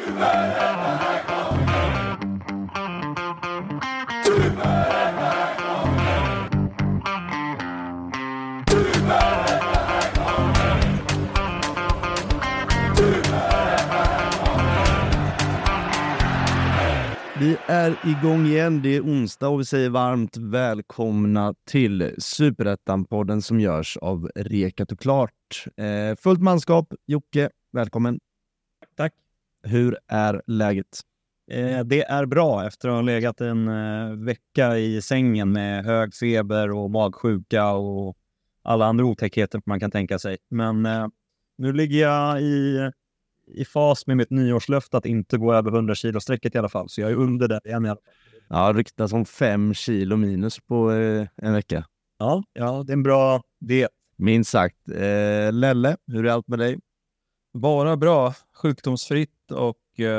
Vi är igång igen, det är onsdag och vi säger varmt välkomna till Superettan-podden som görs av Rekat och Klart. Fullt manskap, Jocke, välkommen. Tack. Hur är läget? Det är bra efter att ha legat en vecka i sängen med hög feber och magsjuka och alla andra otäckheter man kan tänka sig. Men nu ligger jag i fas med mitt nyårslöfte att inte gå över 100 kilo sträcket i alla fall. Så jag är under det igen. Ja, ryktas om 5 kilo minus på en vecka. Ja, det är en bra diet. Minst sagt. Lelle, hur är allt med dig? Bara bra, sjukdomsfritt och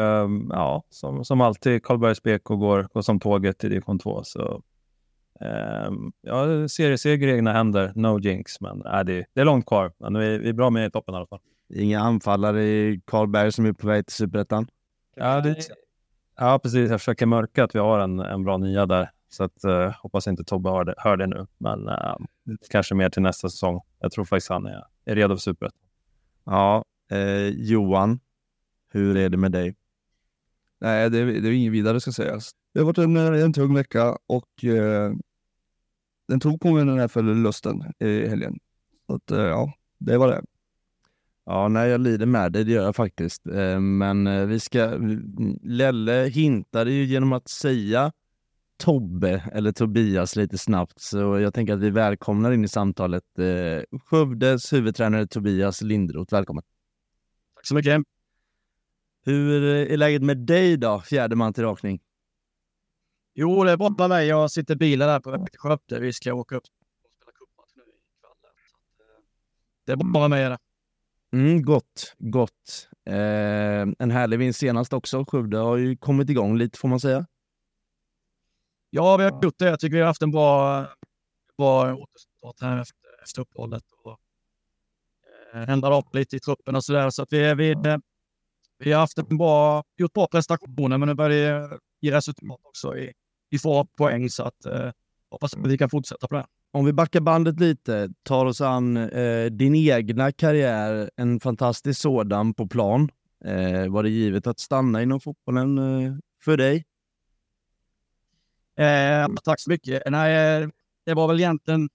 som alltid Karlbergs BK går som tåget i division 2. Så serieseger i egna händer, no jinx, men det är långt kvar. Men vi är bra med i toppen i alla fall. Inga anfallare i Karlberg som är på väg till Superettan? Ja, precis. Jag försöker mörka att vi har en bra nya där. Så att, hoppas inte Tobbe hör det nu. Men kanske mer till nästa säsong. Jag tror faktiskt han är redo för Superettan. Ja, Johan, hur är det med dig? Nej, det är inget vidare ska sägas. Det har varit en tung vecka och den tog på mig den här förlusten i helgen. Så att, det var det. Ja, nej, jag lider med det gör jag faktiskt. Men Lelle hintade ju genom att säga Tobbe eller Tobias lite snabbt. Så jag tänker att vi välkomnar in i samtalet Skövdes huvudtränare Tobias Lindroth. Välkommen. Tack så mycket. Hur är läget med dig då, fjärde man till rakning? Jo, det är bra med mig. Jag sitter i bilen där på väg till Skövde. Vi ska åka upp och spela cupmatch nu ikväll. Det är bra med mig det. Gott. En härlig vinst senast också. Skövde har ju kommit igång lite, får man säga. Ja, vi har gjort det. Jag tycker vi har haft en bra återstart här efter uppehållet. Och ändrat upp lite i truppen och sådär. Så att vi har haft gjort bra prestationer, men nu börjar det ge resultat också i få poäng. Så att hoppas att vi kan fortsätta på det. Om vi backar bandet lite, tar oss an din egna karriär, en fantastisk sådan på plan. Var det givet att stanna inom fotbollen för dig? Tack så mycket. Nej, det var väl egentligen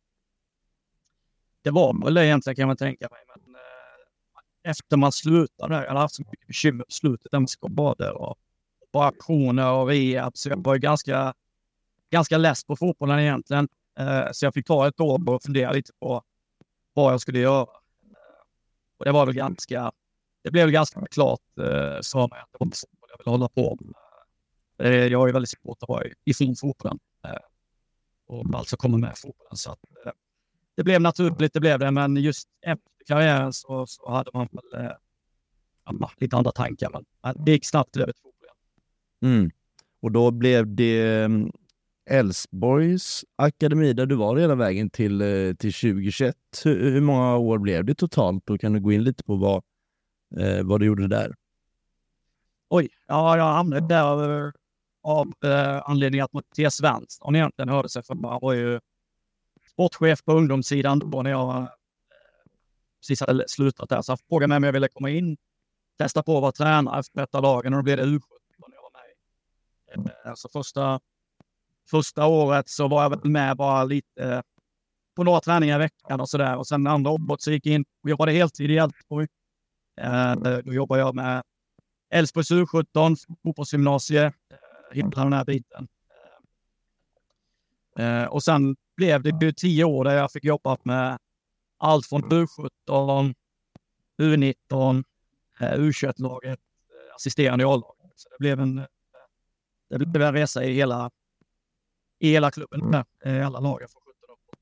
kan man tänka mig. Men efter man slutade, jag hade haft så mycket bekymmer på slutet med skador och operationer och rehab. Så jag var ju ganska less på fotbollen egentligen. Så jag fick ta ett år och fundera lite på vad jag skulle göra. Och det blev väl ganska klart för mig att det var inte så jag ville hålla på. Jag är väldigt svårt att vara i fin fotbollen. Och alltså kommer med fotbollen. Så att, det blev naturligt, det blev det. Men just efter karriären så hade man väl lite andra tankar. Men det gick snabbt över till fotbollen. Och då blev det Älvsborgs akademi där du var hela vägen till 2021. Hur många år blev det totalt? Och kan du gå in lite på vad du gjorde där? Oj, ja, jag hamnade där av anledning att Mattias Svensson egentligen hörde sig för mig. Han var ju sportchef på ungdomssidan då när jag precis hade slutat där. Så han frågade mig om jag ville komma in, testa på att vara tränare efter ett av lagen, och då blev det U17 när jag var med. Så första året så var jag väl med bara lite på några träningar i veckan och sådär. Och sen andra året så gick jag in och jobbade heltid i Älvsborg. Då jobbade jag med Älvsborgs U17, fotbollsgymnasie, hela den här biten. Och sen blev det ju 10 år där jag fick jobba med allt från U17, U19, U21-laget, assisterande i A-laget. Så det blev en resa i hela klubben, alla lagen från 17 år.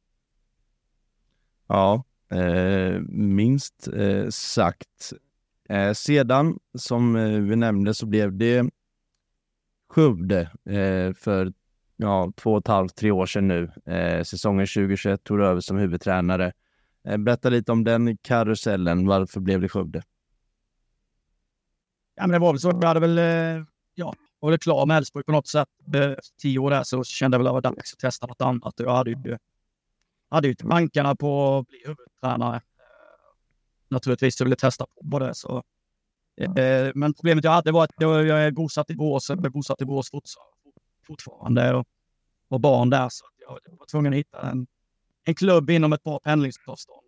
Ja, minst sagt. Sedan, som vi nämnde, så blev det Skövde för 2,5-3 år sedan nu. Säsongen 2021 tog över som huvudtränare. Berätta lite om den karusellen. Varför blev det Skövde? Ja, men det var väl så. Jag hade väl, var väl klar med Elfsborg på något sätt. 10 år där så kände jag väl att det var dags att testa något annat. Jag hade ju tankarna på att bli huvudtränare. Naturligtvis så ville jag testa på det. Så. Men problemet jag hade var att jag är bosatt i Borås fortfarande och var barn där. Så jag var tvungen att hitta en klubb inom ett par pendlingsavstånd.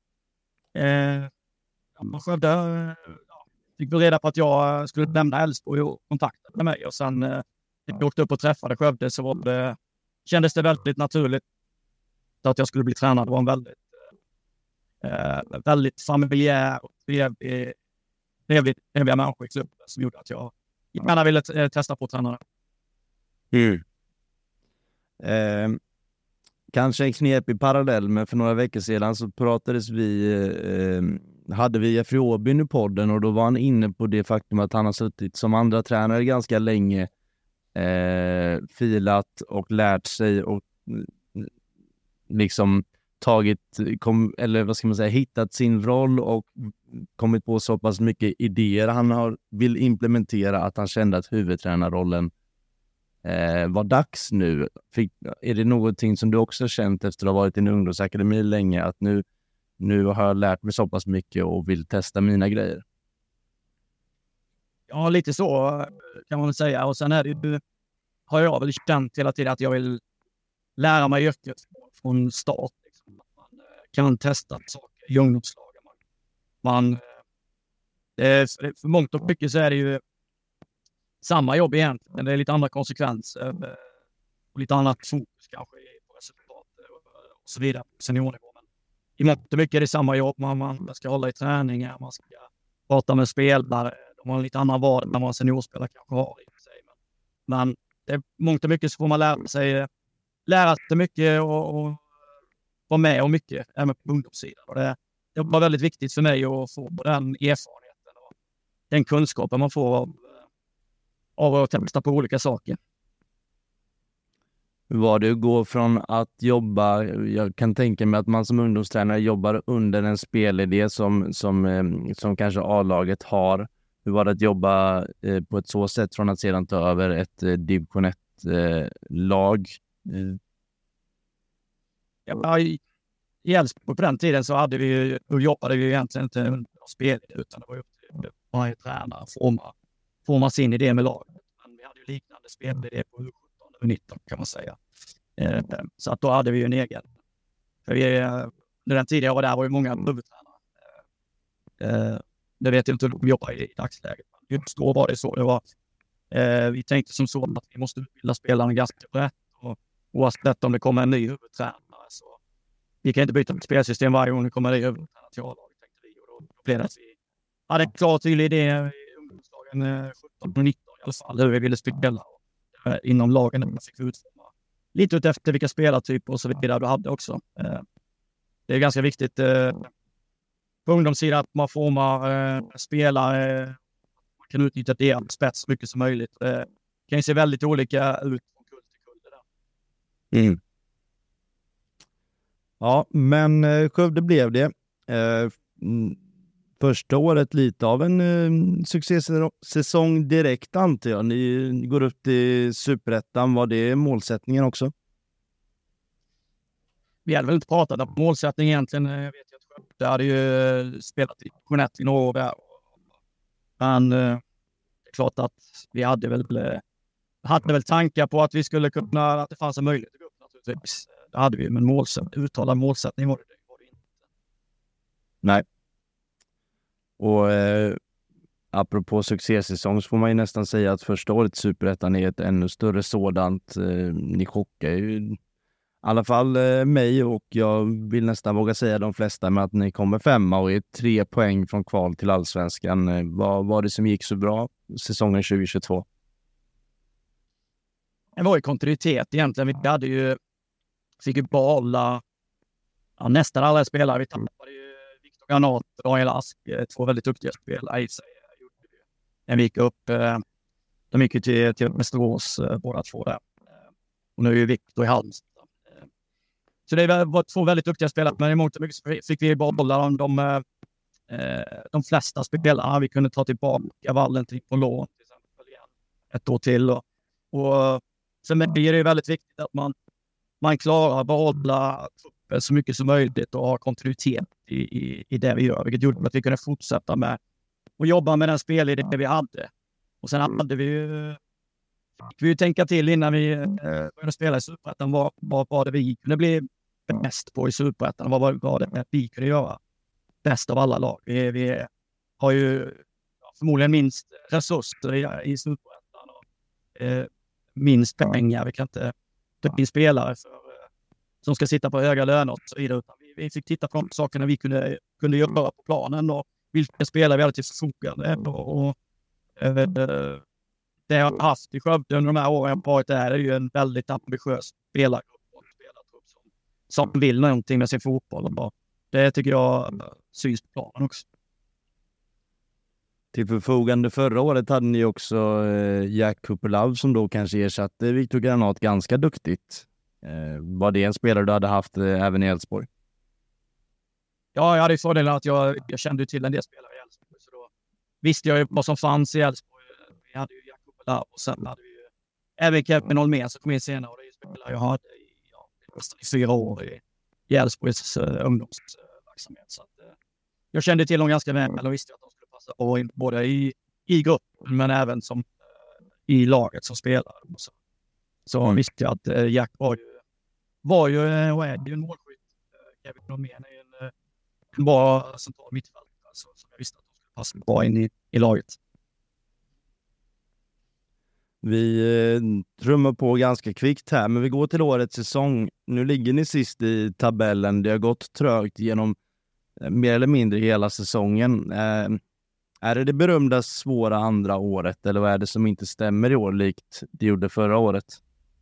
Skövde fick vi reda på att jag skulle lämna Elfsborg och kontaktade mig. Och sen när jag åkte upp och träffade Skövde så kändes det väldigt naturligt att jag skulle bli tränare. Det var en väldigt familjär och trevliga människor i klubben som gjorde att jag gärna ville testa på tränare. Kanske en knepig parallell, men för några veckor sedan så hade vi Jeffrey Åbyn i podden och då var han inne på det faktum att han har suttit som andra tränare ganska länge, filat och lärt sig och liksom hittat sin roll och kommit på så pass mycket idéer han vill implementera att han kände att huvudtränarrollen var dags nu. Är det någonting som du också känt efter att ha varit i en ungdomsakademi länge, att nu har jag lärt mig så pass mycket och vill testa mina grejer? Ja, lite så kan man väl säga. Och sen har jag väl känt hela tiden att jag vill lära mig yrket från start. Liksom. Man kan testa saker i ungdomslagen. För mångt och mycket så är det ju samma jobb egentligen. Det är lite andra konsekvenser och lite annat fokus kanske på resultat och så vidare på seniornivå. Men i mångt och mycket är det samma jobb. Man ska hålla i träningar, man ska prata med spelare. De har en lite annan vardag än vad en seniorspelare kanske har i sig. Men det är mångt och mycket så får man lära sig mycket och vara med om mycket även på ungdomssidan. Och det var väldigt viktigt för mig att få den erfarenheten och den kunskapen man får av att testa på olika saker. Hur var det att gå från att jobba, jag kan tänka mig att man som ungdomstränare jobbar under en spelidé som kanske A-laget har. Hur var det att jobba på ett så sätt från att sedan ta över ett division 1-lag? I Elfsborg på den tiden så jobbade vi egentligen inte under spelidé, utan det var upp till varje tränare att forma sin idé med laget. Men vi hade ju liknande spelidé på U17 och U19 kan man säga. Så att då hade vi ju en egen. För när den tiden jag var där var ju många huvudtränare. Det vet jag inte hur de jobbar i dagsläget. Just då var det så. Vi tänkte som så att vi måste utbilda spelarna ganska brett. Och oavsett om det kommer en ny huvudtränare så vi kan inte byta ett spelsystem varje gång det kommer en ny huvudtränare till A-laget, tänkte vi. Och då blev det att vi hade en klar tydlig idé i ungdomslagen 17 och 19 i alla fall hur vi ville spela. Och inom lagen där man fick utforma lite ut efter vilka spelartyper och så vidare du hade också. Det är ganska viktigt på ungdomssidan att man formar spelare. Man kan utnyttja deras spets så mycket som möjligt. Det kan ju se väldigt olika ut från kull till kull det där. Ja, men Skövde blev det. Första året lite av en succésäsong direkt, antar jag. Ni går upp till Superettan. Var det målsättningen också? Vi hade väl inte pratat om målsättning egentligen. Jag vet ju att Skövde hade ju spelat i Jeanette i några år där. Men det är klart att vi hade väl tankar på att vi skulle kunna, att det fanns en möjlighet att gå upp naturligtvis. Det hade vi, men uttalad målsättning var det inte. Nej. Och apropå succésäsong så får man ju nästan säga att första året Superettan är ett ännu större sådant. Ni chockar ju i alla fall mig, och jag vill nästan våga säga de flesta, med att ni kommer 5 och är 3 poäng från kval till Allsvenskan. Vad var det som gick så bra säsongen 2022? Det var ju kontinuitet egentligen. Vi fick ju behålla nästan alla spelare. Vi tappade ju Viktor Granat och Daniel Ask, 2 väldigt duktiga spelare i sig. Vi gick upp, de gick ju till Västerås båda 2 där. Och nu är ju Viktor i Halmstad. Så det var 2 väldigt duktiga spelare, men emot mycket fick vi behålla de de flesta spelarna. Vi kunde ta tillbaka Valentin på lån till exempel igen, ett år till. Och sen är det väldigt viktigt att man klarar att behålla truppen så mycket som möjligt och ha kontinuitet i det vi gör. Vilket gjorde att vi kunde fortsätta med och jobba med den spelidé vi hade. Och sen hade fick vi tänka till innan vi började spela i Superettan. Vad var det vi kunde bli bäst på i Superettan? Vad var det vi kunde göra bäst av alla lag? Vi har ju förmodligen minst resurser i Superettan och minst pengar. Vi kan inte ta in spelare som ska sitta på höga löner och så vidare. Utan vi fick titta på de sakerna vi kunde göra på planen och vilka spelare vi hade till förfogande. Och det jag har haft i Skövde under de här åren jag varit där är ju en väldigt ambitiös spelargrupp och spelartrupp som vill någonting med sin fotboll. Och det tycker jag syns på planen också. Till förfogande förra året hade ni också Jack Kupelav som då kanske ersatte Viktor Granat ganska duktigt. Var det en spelare du hade haft även i Elfsborg? Ja, jag hade ju fördelen att jag kände till en del spelare i Elfsborg. Så då visste jag ju vad som fanns i Elfsborg. Vi hade ju Jack Kupelav och sen hade vi ju även Kevin Holmén som kom in senare. Och det är ju spelare jag hade nästan i 4 år i Elfsborgs ungdomsverksamhet. Så att, jag kände till dem ganska väl och visste att de skulle passa in både i gruppen men även som i laget som spelare. Så visste jag att Jack var ju och är ju en målskytt. Kevin Holmén är ju en bra central mittfältare som jag visste att de skulle passa bra in i laget. Vi trummar på ganska kvickt här, men vi går till årets säsong. Nu ligger ni sist i tabellen. Det har gått trögt genom mer eller mindre hela säsongen. Är det berömda svåra andra året eller vad är det som inte stämmer i år likt det gjorde förra året?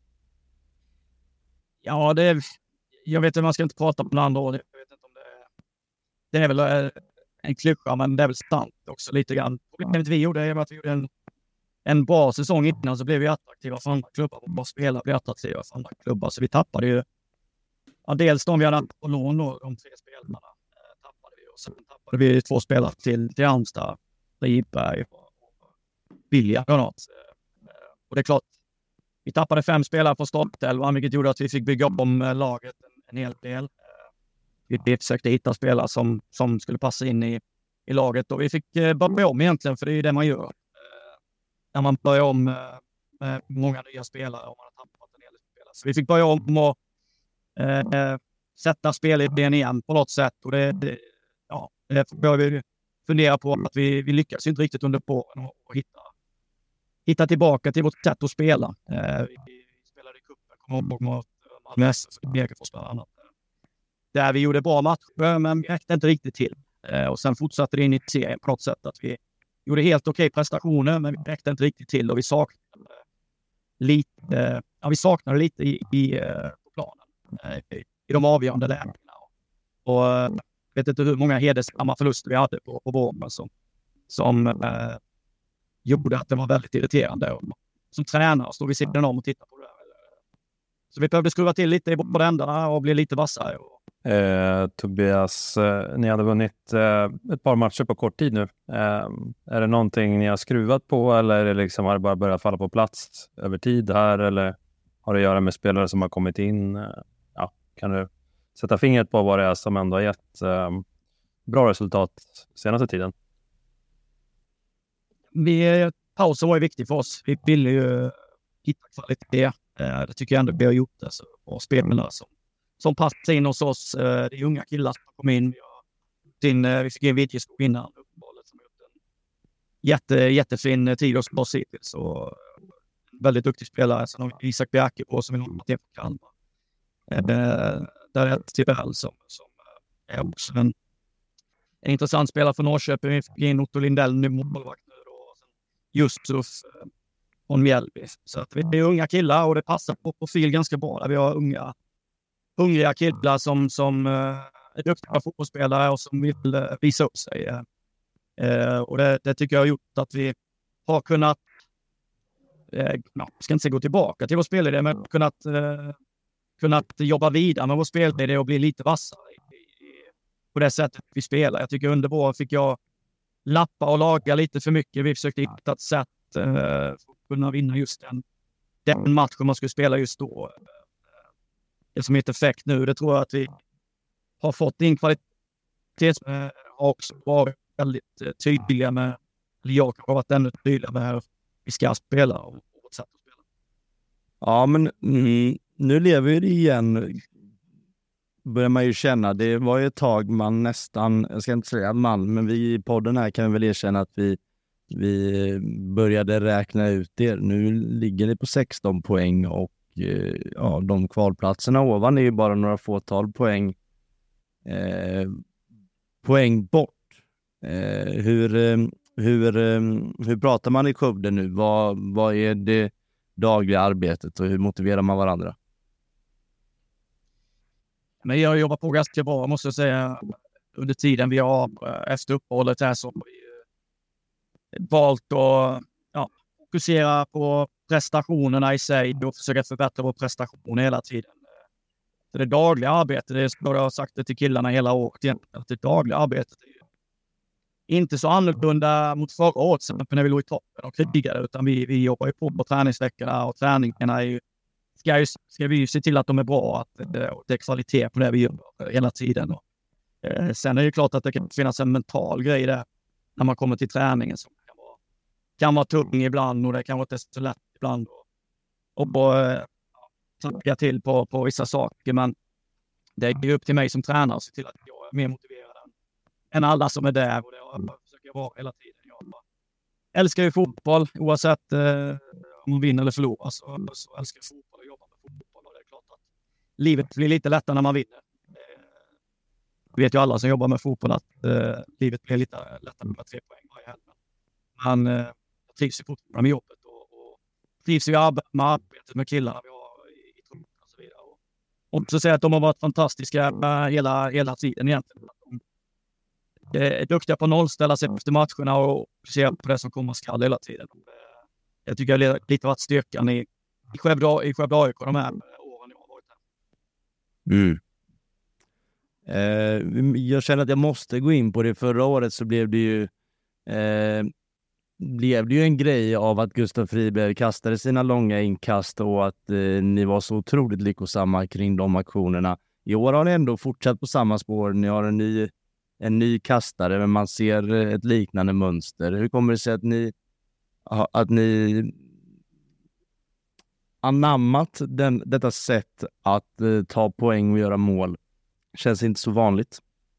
Ja, jag vet inte, man ska inte prata på andra året. Jag vet inte om det är väl en klyscha, men det är väl sant också lite grann. Problemet vi gjorde var att vi gjorde en bra säsong innan så blev vi attraktiva för andra klubbar. Våra spelare blev attraktiva för andra klubbar. Så vi tappade ju dels de vi hade på lån och de 3 spelarna tappade vi. Och sen tappade vi 2 spelare till Halmstad, Rydberg och Bilja. Och det är klart, vi tappade 5 spelare på startelvan vilket gjorde att vi fick bygga om laget en hel del. Vi försökte hitta spelare som skulle passa in i laget och vi fick börja om egentligen för det är ju det man gör. När man börjar om med många nya spelare och man har tappat en hel del spelare. Så vi fick börja om och sätta spelidén igen på något sätt. Och det började vi fundera på att vi lyckades inte riktigt under åren och hitta tillbaka till vårt sätt att spela. Vi spelade i cupen, kommer ihåg mot Malmö FF och Degerfors bland annat. Där vi gjorde bra matcher men vi räckte inte riktigt till. Och sen fortsatte det in i serien på något sätt att vi gjorde helt okej prestationer men vi räckte inte riktigt till och vi saknade lite på planen i de avgörande lägena. Och jag vet inte hur många hedersamma förluster vi hade på våren som gjorde att det var väldigt irriterande. Och som tränare stod vi sidan om och tittade på det. Så vi behövde skruva till lite i båda ändarna och bli lite vassare. Tobias, ni hade vunnit ett par matcher på kort tid nu. Är det någonting ni har skruvat på eller är det liksom, har det bara börjat falla på plats över tid här eller har det att göra med spelare som har kommit in? Kan du sätta fingret på vad det är som ändå har gett bra resultat senaste tiden? Pausen var ju viktig för oss. Vi ville ju hitta kvalitet. Det tycker jag ändå vi har gjort. Alltså, och spelarna som passar in hos oss. Det är unga killar som kom in. Vi fick in Widjeskog innan uppehållet som gjort en jättefin tid hos oss hittills. Och väldigt duktig spelare. Sen har vi Isak Bjerke på som vill ha till på Kalmar. Där är Tibell som är också en intressant spelare för Norrköping. Vi fick in Otto Lindell nu målvakt nu då. Och sen Jusuf från Mjällby. Så att vi är unga killar och det passar på profil ganska bra. Där vi har hungriga killar som är duktiga fotbollsspelare och som vill visa upp sig. Och det tycker jag har gjort att vi har kunnat ska inte säga gå tillbaka till vår spelidé men kunnat jobba vidare med vår spelidé och bli lite vassare på det sättet vi spelar. Jag tycker under våren fick jag lappa och laga lite för mycket. Vi försökte hitta ett sätt för att kunna vinna just den matchen man skulle spela just då. Det som heter effekt nu, det tror jag att vi har fått in kvalitet. Har också varit väldigt tydliga med, eller jag har varit ännu tydligare med hur vi ska spela och vårt sätt att spela. Ja, men nu lever det igen, börjar man ju känna. Det var ju ett tag man nästan, jag ska inte säga men vi i podden här kan väl erkänna att vi började räkna ut det. Nu ligger det på 16 poäng och ja, de kvalplatserna ovan är ju bara några fåtal poäng bort. Hur pratar man i klubben nu? Vad är det dagliga arbetet och hur motiverar man varandra? Men jag jobbar på ganska bra, måste jag säga. Under tiden vi har efter uppehållet här så har vi valt att fokusera på prestationerna i sig och försöka förbättra vår prestation hela tiden. Så det dagliga arbetet, det skulle jag ha sagt det till killarna hela året egentligen, att det dagliga arbetet är inte så annorlunda mot förra året när vi låg i toppen och krigade, utan vi jobbar ju på träningsveckorna och träningarna är ju, ska vi ju se till att de är bra, att det är kvalitet på det vi gör hela tiden. Och, sen är det klart att det kan finnas en mental grej där när man kommer till träningen som kan vara tung ibland och det kan vara inte så lätt ibland och tacka till på vissa saker, men det är ju upp till mig som tränare att se till att jag är mer motiverad än alla som är där, och det försöker jag vara hela tiden. Jag älskar ju fotboll oavsett om man vinner eller förlorar, så älskar jag fotboll och jobbar med fotboll, och det är klart att livet blir lite lättare när man vinner. Det vet ju alla som jobbar med fotboll att livet blir lite lättare med 3 poäng varje helg. Men jag trivs ju fortfarande med jobbet och trivs ju med arbetet med killarna vi har i truppen och så vidare. Och så säger jag att de har varit fantastiska hela tiden egentligen. De är duktiga på att nollställa sig efter matcherna och se på det som kommer skall hela tiden. Jag tycker det har lite varit styrkan i Skövde AIK de här åren jag har varit här. Jag känner att jag måste gå in på det. Förra året så blev det ju en grej av att Gustav Friberg kastade sina långa inkast och att ni var så otroligt lyckosamma kring de aktionerna. I år har ni ändå fortsatt på samma spår. Ni har en ny kastare, men man ser ett liknande mönster. Hur kommer det sig att ni anammat detta sätt att ta poäng och göra mål? Känns inte så vanligt.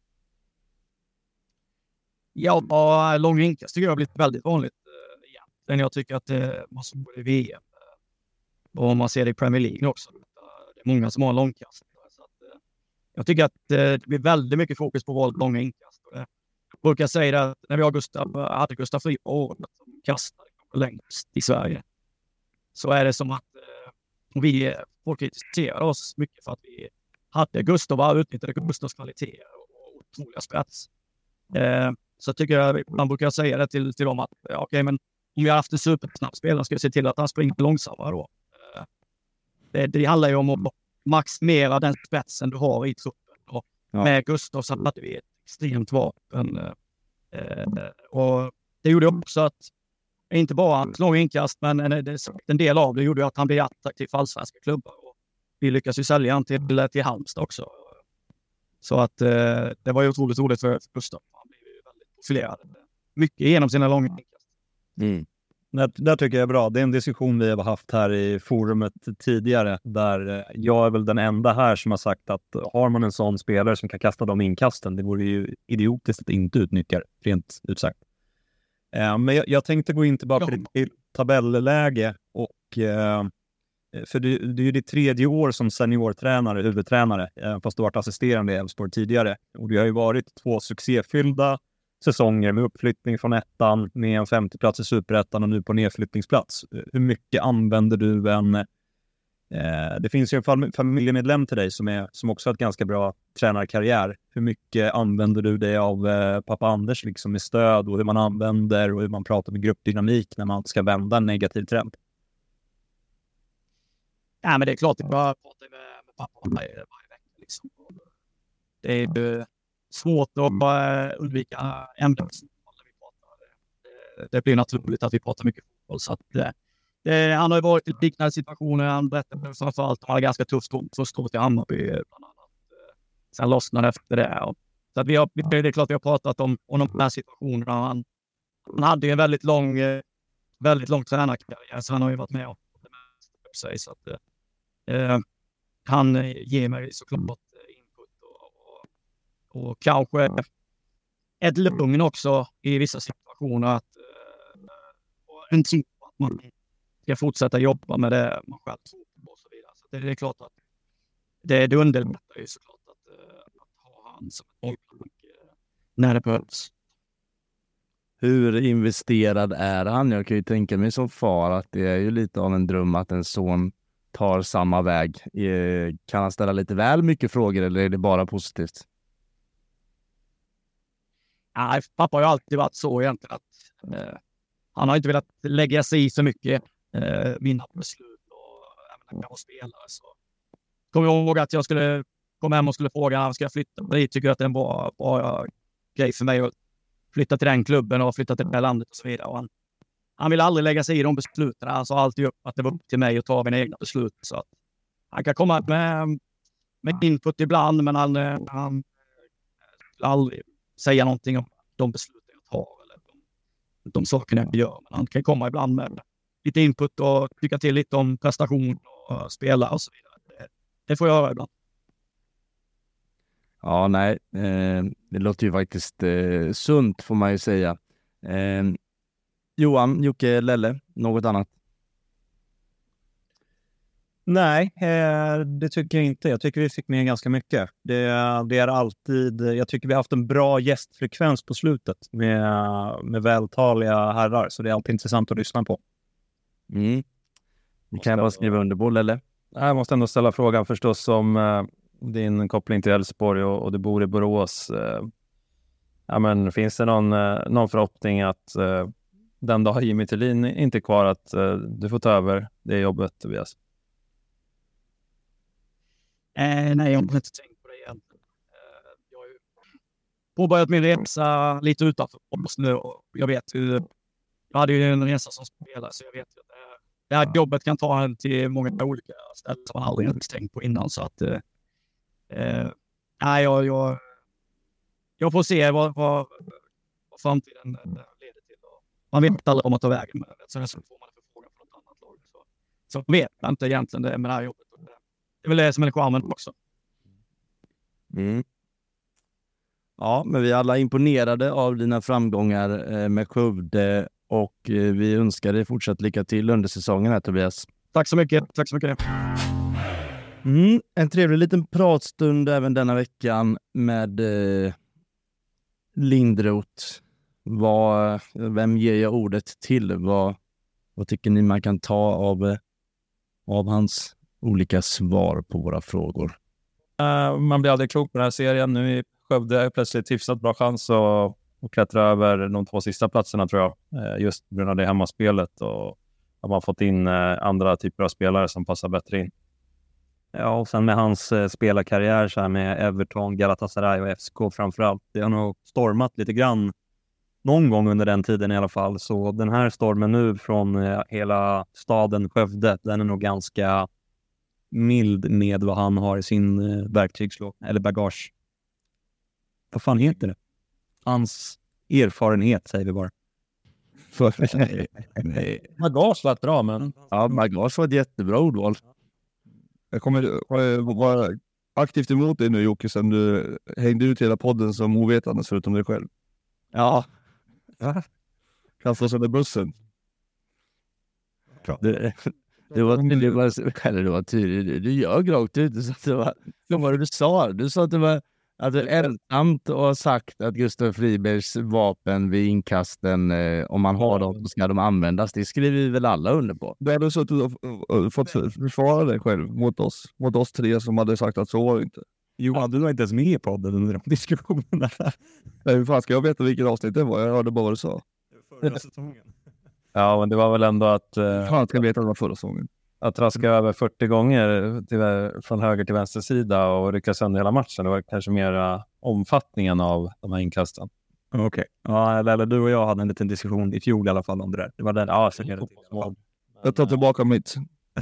Ja, lång inkast tycker jag har blivit väldigt vanligt igen. Jag tycker att man såg det i VM och man ser det i Premier League också. Det är många som har långkast. Så att, jag tycker att det blir väldigt mycket fokus på långa inkast. Jag brukar säga det att när vi hade Gustav Friberg på året som kastade längst i Sverige, så är det som att folk kritiserade oss mycket för att vi hade Gustav, utnyttjade Gustavs kvaliteter och otroliga spets. Så tycker jag, man brukar säga det till dem att okej, men om vi har haft en supersnabb spelare ska jag se till att han springer långsammare då. Det handlar ju om att maximera den spetsen du har i truppen. Och med Gustav så hade vi ett extremt vapen. Och det gjorde också att inte bara hans långa inkast, men en del av det gjorde att han blev attraktiv för allsvenska klubbar. Och vi lyckas ju sälja han till Halmstad också. Så att det var ju otroligt roligt för Gustav. Han blev ju väldigt profilerad. Mycket genom sina långa inkast. Det tycker jag är bra. Det är en diskussion vi har haft här i forumet tidigare, där jag är väl den enda här som har sagt att har man en sån spelare som kan kasta de inkasten, det vore ju idiotiskt att inte utnyttja det, rent utsagt. Men jag tänkte gå in tillbaka till tabelläge och för det är ju ditt 3:e år som seniortränare, huvudtränare, fast du har varit assisterande i Elfsborg tidigare. Och det har ju varit 2 succéfyllda säsonger med uppflyttning från ettan, med en 50-plats i Superettan och nu på nedflyttningsplats. Hur mycket använder du det finns ju en familjemedlem till dig som också har ett ganska bra tränarkarriär. Hur mycket använder du dig av pappa Anders liksom med stöd, och hur man använder och hur man pratar med gruppdynamik när man ska vända en negativ trend? Ja, men det är klart att jag pratar med pappa varje vecka. Liksom. Det är ju svårt att undvika ämnen. Det blir naturligt att vi pratar mycket fotboll. Så att, han har ju varit i liknande situationer. Han berättade framförallt att han hade ganska tufft så stort i Hammarby bland annat. Sen lossnade efter det. Så att det är klart vi har pratat om de här situationerna. Han hade ju en väldigt lång tränarkarriär, så han har ju varit med och sig. Så att, han ger mig såklart input och kanske ett lugn också i vissa situationer att en tro på att man ska fortsätta jobba med det man själv tror på och så vidare. Så det är klart att det underlättar ju såklart att ha han som ett bollplank när det behövs. Hur investerad är han? Jag kan ju tänka mig som far att det är ju lite av en dröm att en son tar samma väg. Kan han ställa lite väl mycket frågor eller är det bara positivt? Nej, pappa har ju alltid varit så egentligen att han har inte velat lägga sig i så mycket mina beslut och även när spelare. Så kom jag ihåg att jag skulle komma hem och skulle fråga ska jag flytta dit? Tycker att det är en bra grej för mig att flytta till den klubben och flytta till det landet och så vidare. Och han ville aldrig lägga sig i de besluten. Han sa alltid upp att det var upp till mig att ta mina egna beslut. Så att han kan komma med input ibland, men han skulle aldrig säga någonting om de beslut jag tar eller de sakerna jag gör. Men han kan komma ibland med lite input och tycka till lite om prestation och spela och så vidare. Det får jag göra ibland. Ja, nej. Det låter ju faktiskt sunt får man ju säga. Johan, Jocke, Lelle, något annat? Nej, det tycker jag inte. Jag tycker vi fick med ganska mycket. Det är alltid... Jag tycker vi har haft en bra gästfrekvens på slutet med vältaliga herrar. Så det är alltid intressant att lyssna på. Vi kan bara skriva under boll, eller? Jag måste ändå ställa frågan förstås om din koppling till Elfsborg och du bor i Borås. Men finns det någon förhoppning att den dag Jimmy Tillin inte är kvar att du får ta över det jobbet, Tobias? Nej, jag har inte tänkt på det egentligen. Jag har ju påbörjat min resa lite utanför oss nu och jag vet jag hade ju en resa som spelare så jag vet att det här jobbet kan ta en till många olika ställen som man aldrig ens tänkt på innan. Så att nej, jag får se vad framtiden leder till. Man vet aldrig om att ta vägen, men så får man en förfrågan från ett annat lag. Så vet jag inte egentligen det med det här jobbet. Det är väl det som är charmen också. Ja, men vi är alla imponerade av dina framgångar med Skövde och vi önskar dig fortsatt lycka till under säsongen här, Tobias. Tack så mycket. Tack så mycket. En trevlig liten pratstund även denna veckan med Lindroth. Vem ger jag ordet till? Vad tycker ni man kan ta av hans olika svar på våra frågor? Man blir aldrig klok på den här serien. Nu är Skövde plötsligt hyfsat bra chans att klättra över de 2 sista platserna tror jag. Just på grund av det hemmaspelet och att man fått in andra typer av spelare som passar bättre in. Ja, och sen med hans spelarkarriär så här med Everton, Galatasaray och FSK framförallt. Det har nog stormat lite grann någon gång under den tiden i alla fall. Så den här stormen nu från hela staden Skövde, den är nog ganska mild med vad han har i sin verktygslåda eller bagage. Vad fan heter det? Hans erfarenhet säger vi bara. Bagage var ett bra, men... Ja, bagage var ett jättebra ordval. Jag kommer vara aktivt emot dig nu, Jocke, sen du hängde ut hela podden som ovetandes förutom dig själv. Ja. Kastas under bussen. Det var tydligt. Du ljög rakt ut. Vad var det du sa? Du sa att det var ensamt och har sagt att Gustav Fribergs vapen vid inkasten, om man har dem så ska de användas. Det skriver vi väl alla under på. Du hade suttit och fått försvara dig själv mot oss 3 som hade sagt att så var det inte. Johan, du var inte ens med i podden under de diskussionerna. Nej, hur fan ska jag veta vilket avsnitt det var? Jag hörde bara vad du sa. Förra säsongen. Ja, men det var väl ändå att... fan ska jag veta att det var förra säsongen. Att traska över 40 gånger från höger till vänster sida och rycka sönder hela matchen. Det var kanske mer omfattningen av de här inkasten. Okej. Ja, eller du och jag hade en liten diskussion i fjol i alla fall om det där. Det var där. Ja, så är det. Jag tar tillbaka mitt.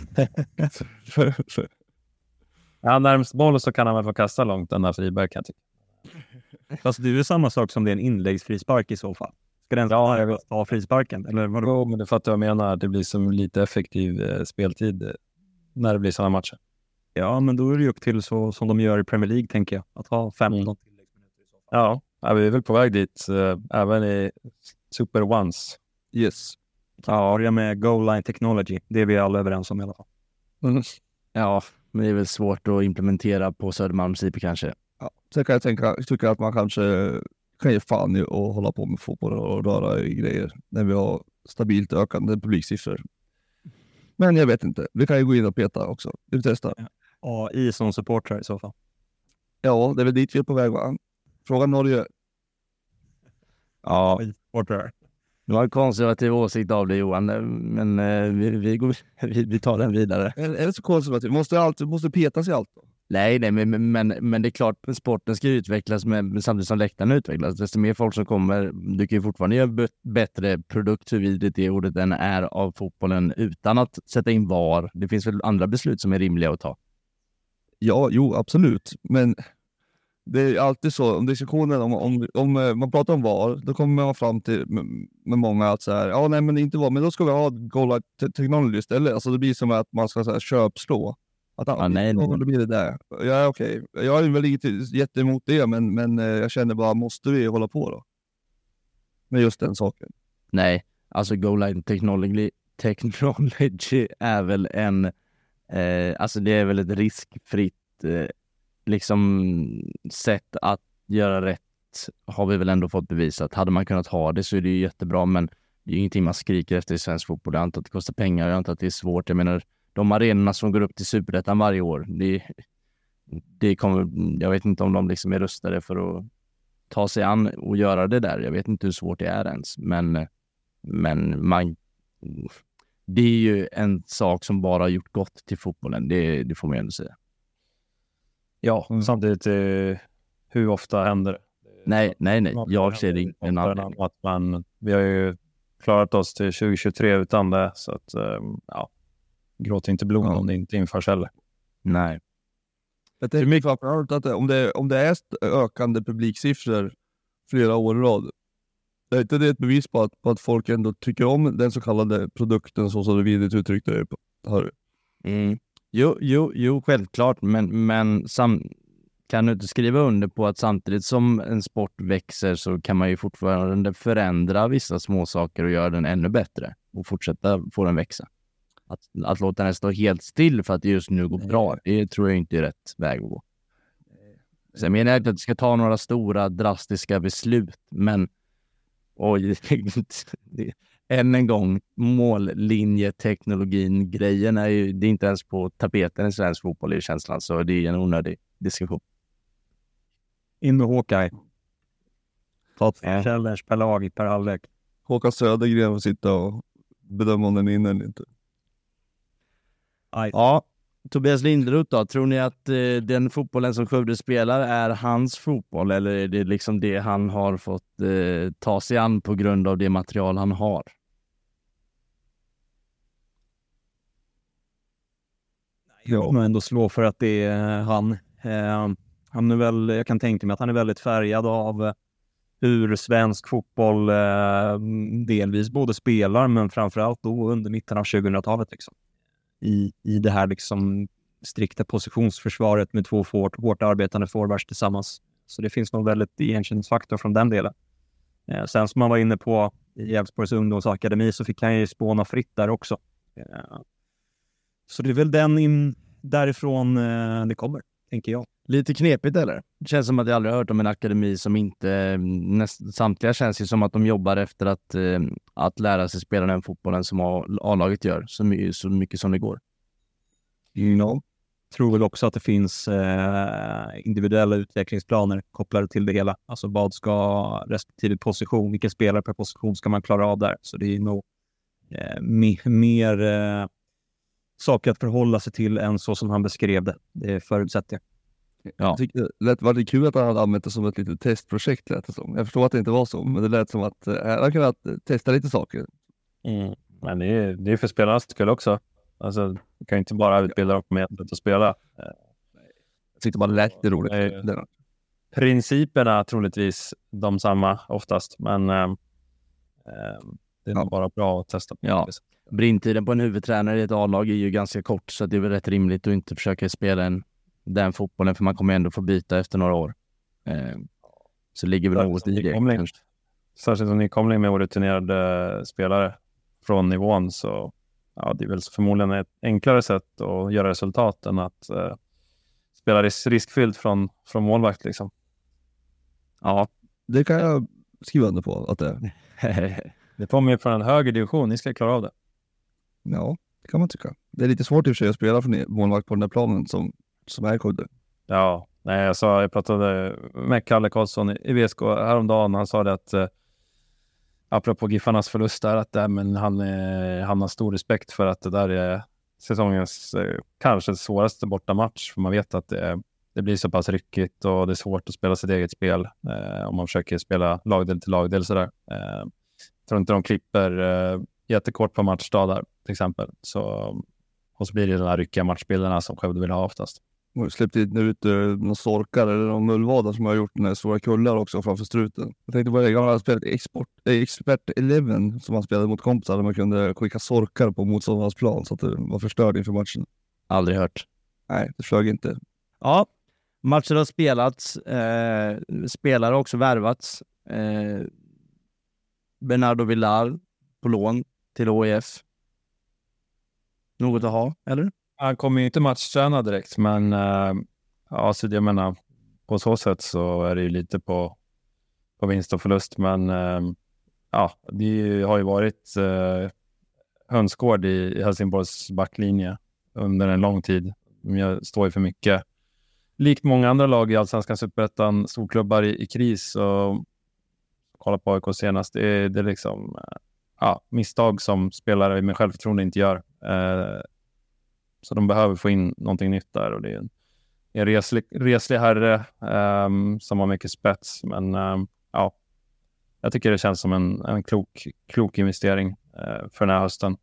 Ja, närmast boll så kan han väl få kasta långt den här Friberg kan jag tycka. Fast det är ju samma sak som det är en inläggsfrispark i så fall. Ska den ta frisparken? Eller vadå? Jo, men det fattar jag menar. Det blir som lite effektiv speltid när det blir sådana matcher. Ja, men då är det ju upp till så som de gör i Premier League, tänker jag. Att ha 15 tilläggsminuter i så fall. Ja, vi är väl på väg dit. Även i Super Ones. Yes. Ja, det med goal line technology. Det är vi alla överens om i alla fall. Ja, men det är väl svårt att implementera på Södermalms IP kanske. Ja. Sen kan jag tycka att man kanske kan ge fan i att hålla på med fotboll och röra i grejer när vi har stabilt ökande publiksiffror. Men jag vet inte. Vi kan ju gå in och peta också. Vi testar. Ja, i som supportrar i så fall. Ja, det är väl dit vi är på väg, va? Fråga Norge. Ja, Supportrar. det var en konservativ åsikt av det, Johan, men vi tar den vidare. Är det så konservativt? Måste petas i allt då? Nej, men det är klart, sporten ska utvecklas med samtidigt som läktaren utvecklas. Desto mer folk som kommer, du kan ju fortfarande göra bättre produkt, huruvida det ordet än är av fotbollen utan att sätta in VAR. Det finns väl andra beslut som är rimliga att ta. Ja, jo, absolut. Men det är alltid så, om diskussionen om man pratar om VAR, då kommer man fram till med många att så här, ja nej men inte VAR, men då ska vi ha goal line technology istället. Alltså det blir som att man ska så här, köpslå. Att nej. Då blir det där. Ja, okej. Jag är väl inte jättemot det, men jag känner bara, måste vi hålla på då? Med just den saken. Nej, alltså goal line technology är väl alltså det är väl ett riskfritt liksom sätt att göra rätt, har vi väl ändå fått bevisat. Hade man kunnat ha det så är det ju jättebra, men det är ju ingenting man skriker efter i svensk fotboll. Jag antar att det kostar pengar, jag antar att det är svårt. Jag menar, de arenorna som går upp till Superettan varje år, det kommer, jag vet inte om de liksom är rustade för att ta sig an och göra det där. Jag vet inte hur svårt det är ens, men det är ju en sak som bara har gjort gott till fotbollen, det får man ju ändå säga. Ja, samtidigt hur ofta händer det? Nej, jag ser det inte en anledning. Vi har ju klarat oss till 2023 utan det, så att gråter inte blod om det inte införs heller. Nej. Jag tänker framförallt att om det är ökande publiksiffror flera år i rad, är inte det ett bevis på att folk ändå tycker om den så kallade produkten så som du vidare uttryckte det på? Jo, självklart, men kan du inte skriva under på att samtidigt som en sport växer så kan man ju fortfarande förändra vissa små saker och göra den ännu bättre och fortsätta få den växa. Att låta den stå helt still för att det just nu går bra, det tror jag inte är rätt väg att gå. Sen menar jag inte att det ska ta några stora drastiska beslut, men än en gång, mållinjeteknologin grejen är ju, det är inte ens på tapeten i svensk fotboll i känslan, så det är en onödig diskussion. In med Hawkeye. Challenge per lag per halvlek. Håkan Södergren får sitta och bedöma om den är inne eller inte. Ja, Tobias Linderoth då, tror ni att den fotbollen som Skövde spelar är hans fotboll, eller är det liksom det han har fått ta sig an på grund av det material han har? Jag kommer ändå slå för att det är han. Han är väl, jag kan tänka mig att han är väldigt färgad av hur svensk fotboll delvis både spelar, men framförallt då under mitten av 2000-talet liksom. I det här liksom strikta positionsförsvaret med två hårt arbetande forwards tillsammans. Så det finns nog väldigt igenkänningsfaktor från den delen. Sen som man var inne på i Elfsborgs ungdomsakademi så fick han ju spåna fritt där också. Så det är väl därifrån det kommer, tänker jag. Lite knepigt eller? Det känns som att jag aldrig har hört om en akademi som inte... samtliga känns ju som att de jobbar efter att lära sig spela den fotbollen som A-laget gör så mycket som det går. Jag tror väl också att det finns individuella utvecklingsplaner kopplade till det hela. Alltså vad ska respektive position, vilken spelare per position ska man klara av där. Så det är nog mer saker att förhålla sig till än så som han beskrev det. Det förutsätter jag. Jag tyckte det var det kul att han hade använt det som ett litet testprojekt. Lät det som. Jag förstår att det inte var så, men det lät som att han kunnat testa lite saker. Men det är för spelarnas skull också. Alltså, du kan ju inte bara utbilda dem med att spela. Jag tyckte bara det lät roligt. Principerna är troligtvis de samma oftast, men det är bara bra att testa. Ja. Brintiden på en huvudtränare i ett A-lag är ju ganska kort, så det är väl rätt rimligt att inte försöka spela den fotbollen, för man kommer ändå få byta efter några år. Så ligger väl något i det. Särskilt som nykomling med orutinerade spelare från nivån, så det är väl förmodligen ett enklare sätt att göra resultat än att spela riskfyllt från målvakt liksom. Ja, det kan jag skriva under på att det det kommer ju från en högre division, ni ska klara av det. Ja, det kan man tycka. Det är lite svårt i och för sig att spela från målvakt på den där planen som är Skövde. Ja, jag pratade med Kalle Karlsson i VSK häromdagen. Han sa det att apropå Giffarnas förlust där, att men han har stor respekt för att det där är säsongens kanske svåraste bortamatch. För man vet att det blir så pass ryckigt och det är svårt att spela sitt eget spel om man försöker spela lagdel till lagdel sådär. Jag tror inte de klipper jättekort på matchdagar till exempel. Och så blir det de här ryckiga matchbilderna som Skövde vill ha oftast. Och släppte ut någon sorkar eller någon mullvadar som har gjort den här stora kullar också framför struten. Jag tänkte på det, jag hade spelat Expert 11 som man spelade mot kompisar där man kunde skicka sorkar på motståndarnas plan så att det var förstörd inför matchen. Aldrig hört. Nej, det flög inte. Ja, matcher har spelats. Spelare har också värvats. Bernardo Villar på lån till OEF. Något att ha, eller? Han kommer ju inte matchträna direkt, men så jag menar, på så sätt så är det ju lite på vinst och förlust, men det har ju varit hönsgård i Helsingborgs backlinje under en lång tid. Jag står ju för mycket. Likt många andra lag i Allsvenskan Superettan, storklubbar i kris, och kolla på AIK senast, det är liksom misstag som spelare med självförtroende inte gör. Så de behöver få in någonting nytt där, och det är en reslig herre som har mycket spets, men jag tycker det känns som en klok investering för den här hösten.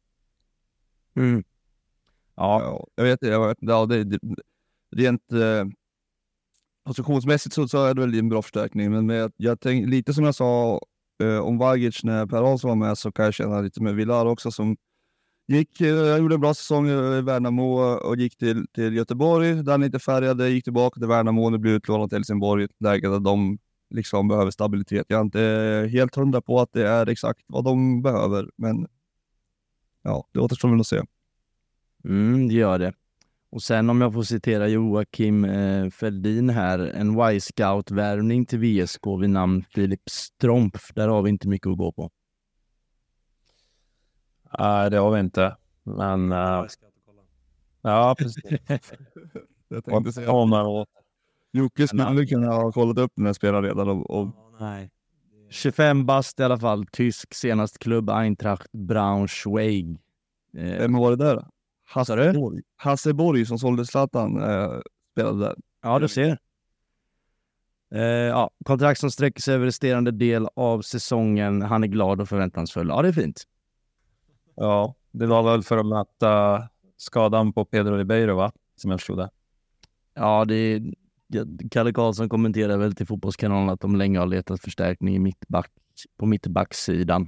Ja, jag vet rent positionsmässigt så är det väl en bra förstärkning, men jag tänkte lite som jag sa om Vagic när Per Hansson var med, så kan jag känna lite med Villar också som jag gjorde en bra säsong i Värnamo och gick till Göteborg där han inte färgade, gick tillbaka till Värnamo och blev utlånad till Helsingborg, ett läge där de liksom behöver stabilitet. Jag är inte helt 100 på att det är exakt vad de behöver, men det återstår väl att se. Det gör det. Och sen om jag får citera Joakim Fälldin här, en Y-scout-värvning till VSK vid namn Filip Stromf, där har vi inte mycket att gå på. Nej, det har vi inte. Men ja, precis. Jag tänkte säga Jocke skulle kunna ha kollat upp den här spelaren redan. Nej. 25 bast i alla fall, tysk, senast klubb Eintracht Braunschweig. Vem var det där då? Hasseborg som sålde Zlatan spelade där. Ja, du ser. Kontrakt som sträcker sig över resterande del av säsongen. Han är glad och förväntansfull. Ja, det är fint. Ja, det var väl för att möta skadan på Pedro Ribeiro, va? Som jag förstod det. Ja, Kalle Karlsson kommenterar väl till Fotbollskanalen att de länge har letat förstärkning på mittbacksidan.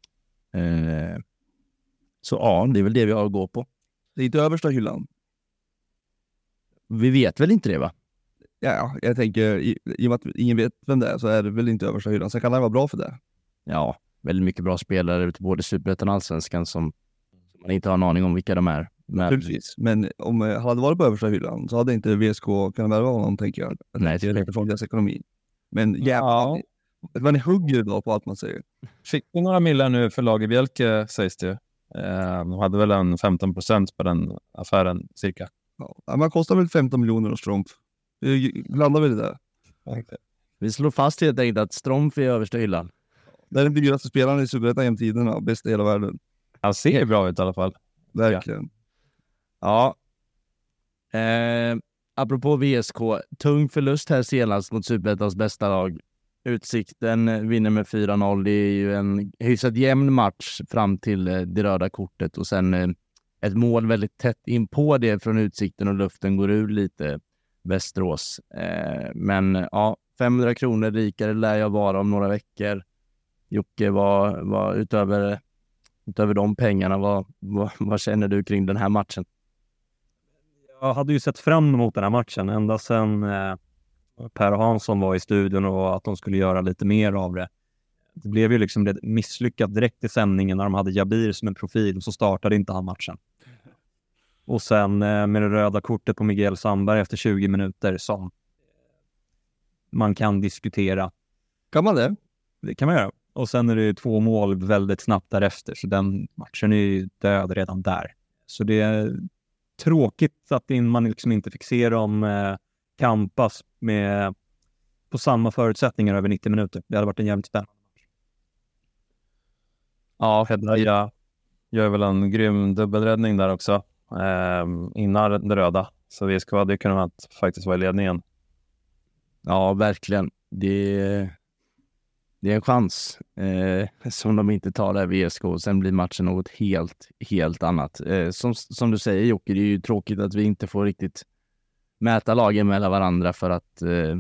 Så det är väl det vi har att gå på. Det är inte översta hyllan. Vi vet väl inte det, va? Ja, jag tänker i och med att ingen vet vem det är så är det väl inte översta hyllan. Sen kan det vara bra för det. Ja, väldigt mycket bra spelare ute både Superettan och Allsvenskan som man inte har en aning om vilka de är. Precis. Men om han hade varit på översta hyllan så hade inte VSK kunnat värva honom, tänker jag. Nej, det är det från deras ekonomi. Men man är hugger då på allt man säger. Fick du några millar nu för Lagerbjälke, sägs det. De hade väl en 15% på den affären cirka. Ja, man kostar väl 15 miljoner och Stromf. Vi landar väl i det. Vi slår fast helt enkelt att Stromf är översta hyllan. Det är den dyraste spelaren i Superettan genom tiderna, bästa i hela världen. Han ser bra ut i alla fall. Verkligen. Ja. apropå VSK, tung förlust här senast mot Superettans bästa lag. Utsikten vinner med 4-0. Det är ju en hyfsat jämn match fram till det röda kortet och sen ett mål väldigt tätt in på det från Utsikten och luften går ur lite Västerås. Men ja, 500 kronor rikare lär jag vara om några veckor. Jocke, var utöver de pengarna, vad känner du kring den här matchen? Jag hade ju sett fram emot den här matchen ända sedan Per Hansson var i studion och att de skulle göra lite mer av det. Det blev ju liksom misslyckat direkt i sändningen när de hade Jabir som en profil och så startade inte han matchen. Och sen med det röda kortet på Miguel Sandberg efter 20 minuter som man kan diskutera. Kan man det? Det kan man göra. Och sen är det 2 mål väldigt snabbt därefter. Så den matchen är ju död redan där. Så det är tråkigt att man liksom inte fick se dem kampas på samma förutsättningar över 90 minuter. Det hade varit en jävligt spännande match. Ja, Hedda gör väl en grym dubbelräddning där också. Innan det röda. Så VSK hade kunnat faktiskt vara i ledningen. Ja, verkligen. Det är en chans som de inte tar där VSK och sen blir matchen något helt annat. Som du säger Jocke, det är ju tråkigt att vi inte får riktigt mäta lagen mellan varandra för att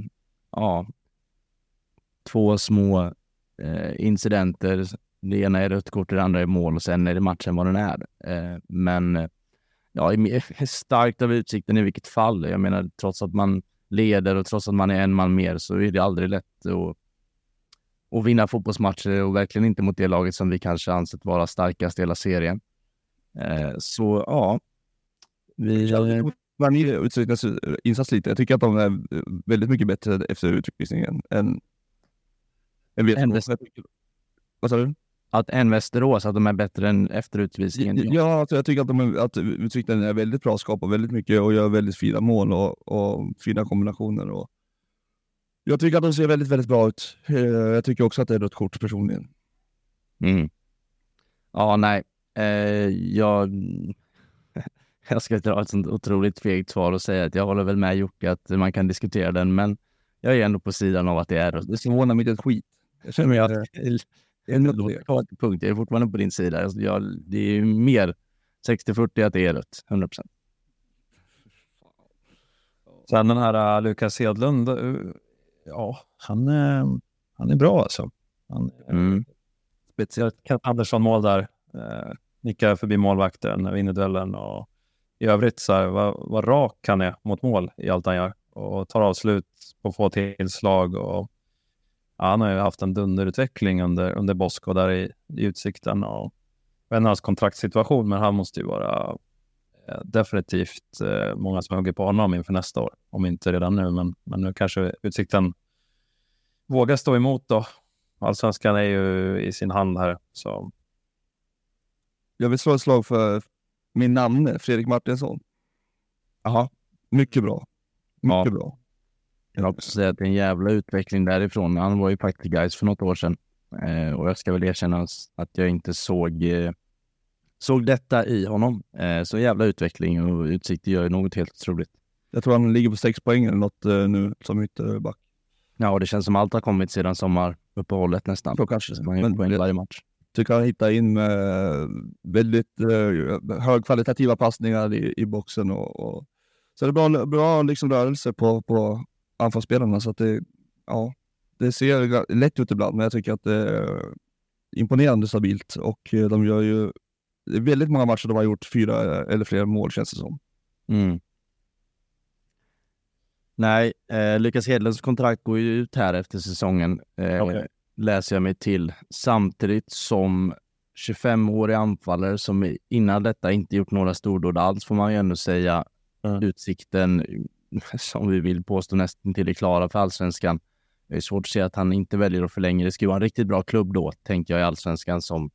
2 små incidenter. Det ena är rött kort och det andra är mål och sen är det matchen vad den är. Men ja, är starkt av Utsikten i vilket fall. Jag menar, trots att man leder och trots att man är en man mer så är det aldrig lätt att vinna fotbollsmatcher och verkligen inte mot det laget som vi kanske ansett vara starkast i hela serien. Så ja, Varje Utsiktas insats lite. Jag tycker att de är väldigt mycket bättre efter utvisningen än vad sa du? Att en Västerås, att de är bättre än efter utvisningen. Ja, alltså jag tycker att Utsikten är väldigt bra, skapar väldigt mycket och gör väldigt fina mål och fina kombinationer. Och jag tycker att de ser väldigt, väldigt bra ut. Jag tycker också att det är ett kort personligen. Ja, nej. Jag ska dra ett sånt otroligt fegt svar och säga att jag håller väl med Jocke att man kan diskutera den, men jag är ändå på sidan av att det är rött. Det förvånar mig ett skit. Jag känner att jag är fortfarande på din sida. Det är ju mer 60-40 att det är rött, 100%. Sen den här Lukas Hedlund, ja, han är bra alltså. Speciellt Andersson-mål där. Nickar förbi målvakten, vinner duellen och i övrigt så här, vad rak han är mot mål i allt han gör och tar avslut på få tillslag och ja, han har ju haft en dunderutveckling under Bosko där i Utsikten och hans kontraktssituation, men han måste ju vara definitivt många som hugger på honom inför nästa år, om inte redan nu, men nu kanske Utsikten vågar stå emot då. Allsvenskan är ju i sin hand här, så jag vill slå ett slag för min namn, Fredrik Martinsson. Jaha. Mycket bra. Mycket bra. Jag vill också säga att det är en jävla utveckling därifrån. Han var ju faktiskt guys för något år sedan. Och jag ska väl erkänna att jag inte såg detta i honom. Så jävla utveckling och Utsikt gör något helt otroligt. Jag tror han ligger på 6 poäng eller något nu som ytterback. Ja, och det känns som allt har kommit sedan sommaruppehållet nästan. Så kanske. Man gör poäng varje match. Tycker han hittar in med väldigt högkvalitativa passningar i boxen och så det är bra liksom rörelse på anfallsspelarna, så att det ser lätt ut ibland, men jag tycker att det är imponerande stabilt och de gör ju väldigt många matcher de har gjort 4 eller fler mål, känns det som. Nej, Lukas Hedlunds kontrakt går ju ut här efter säsongen. Läser jag mig till, samtidigt som 25-årig anfallare som innan detta inte gjort några stordåd alls, får man ju ändå säga. Utsikten, som vi vill påstå nästan till är klara för Allsvenskan. Det är svårt att se att han inte väljer att förlänga. Det ska vara en riktigt bra klubb då, tänker jag, i Allsvenskan som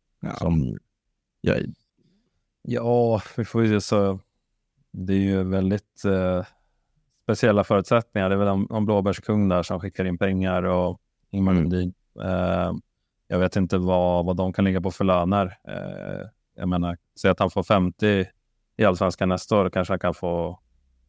jag. Ja, vi får ju så. Det är ju väldigt speciella förutsättningar. Det är väl en blåbärskung där som skickar in pengar och Ingmar Lundin. Jag vet inte vad de kan ligga på för löner. Jag menar, säg att han får 50 i Allsvenskan nästa år, kanske han kan få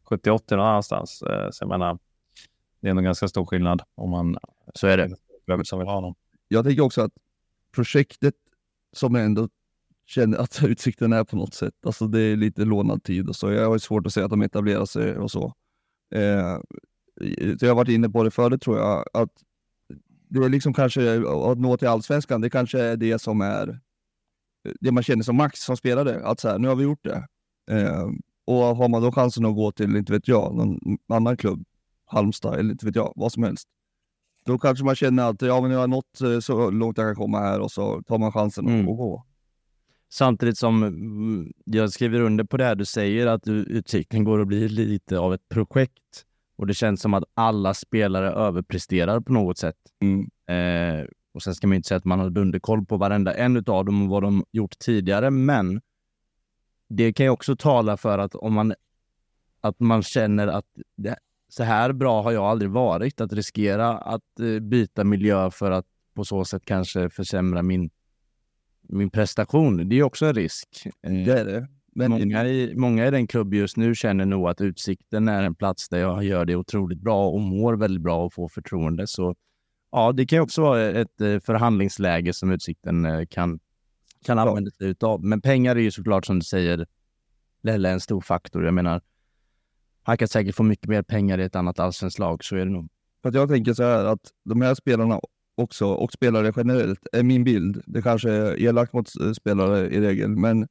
70-80 någon annanstans. Så jag menar, det är en ganska stor skillnad om man Så är det. vem som vill ha honom. Jag tänker också att projektet som jag ändå känner att Utsikten är på något sätt. Alltså det är lite lånad tid och så. Jag har svårt att säga att de etablerar sig och så. Så jag har varit inne på det förut, tror jag. Att det är liksom kanske att nå till allsvenskan. Det kanske är det som är det man känner som max som spelare. Att så här, nu har vi gjort det. Och har man då chansen att gå till, inte vet jag, någon annan klubb, Halmstad eller inte vet jag, vad som helst. Då kanske man känner att ja, men jag har nått så långt jag kan komma här, och så tar man chansen att gå. Samtidigt som jag skriver under på det här du säger, att Utsikten går att bli lite av ett projekt. Och det känns som att alla spelare överpresterar på något sätt. Och sen ska man inte säga att man har dunderkoll på varenda en utav dem och vad de gjort tidigare. Men det kan ju också tala för att om man känner att så här bra har jag aldrig varit. Att riskera att byta miljö för att på så sätt kanske försämra min prestation. Det är ju också en risk. Det är det. Men Många i den klubb just nu känner nog att Utsikten är en plats där jag gör det otroligt bra och mår väldigt bra och får förtroende. Så ja, det kan ju också vara ett förhandlingsläge som Utsikten kan använda sig utav. Men pengar är ju såklart, som du säger, Lelle, en stor faktor. Jag menar, han kan säkert få mycket mer pengar i ett annat allsvenskt lag, så är det nog. För att jag tänker så här, att de här spelarna också, och spelare generellt, är min bild. Det kanske är elakt mot spelare i regel, men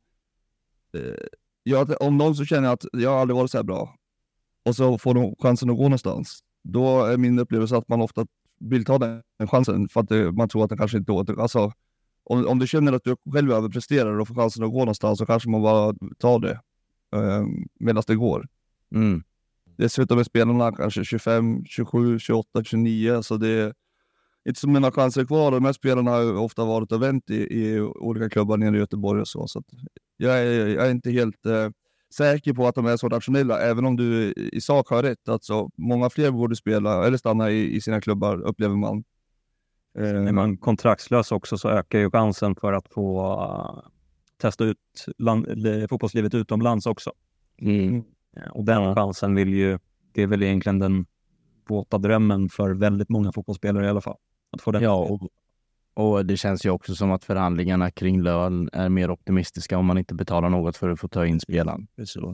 om någon så känner att jag har aldrig varit så här bra och så får de chansen att gå någonstans, då är min upplevelse att man ofta vill ta den chansen för att man tror att den kanske inte åter. Alltså, om du känner att du själv överpresterar och får chansen att gå någonstans, så kanske man bara tar det medan det går. Dessutom är spelarna kanske 25, 27, 28, 29, så det är inte så många chanser kvar. De här spelarna har ofta varit och vänt i olika klubbar nere i Göteborg och så. Så att jag är inte helt säker på att de är så rationella, även om du i sak har rätt. Alltså, många fler borde spela eller stanna i sina klubbar, upplever man. Är man kontraktslös också, så ökar ju chansen för att få testa ut fotbollslivet utomlands också. Och den chansen det är väl egentligen den våta drömmen för väldigt många fotbollsspelare i alla fall. Att få den. Ja, och det känns ju också som att förhandlingarna kring lön är mer optimistiska om man inte betalar något för att få ta in spelaren. Så,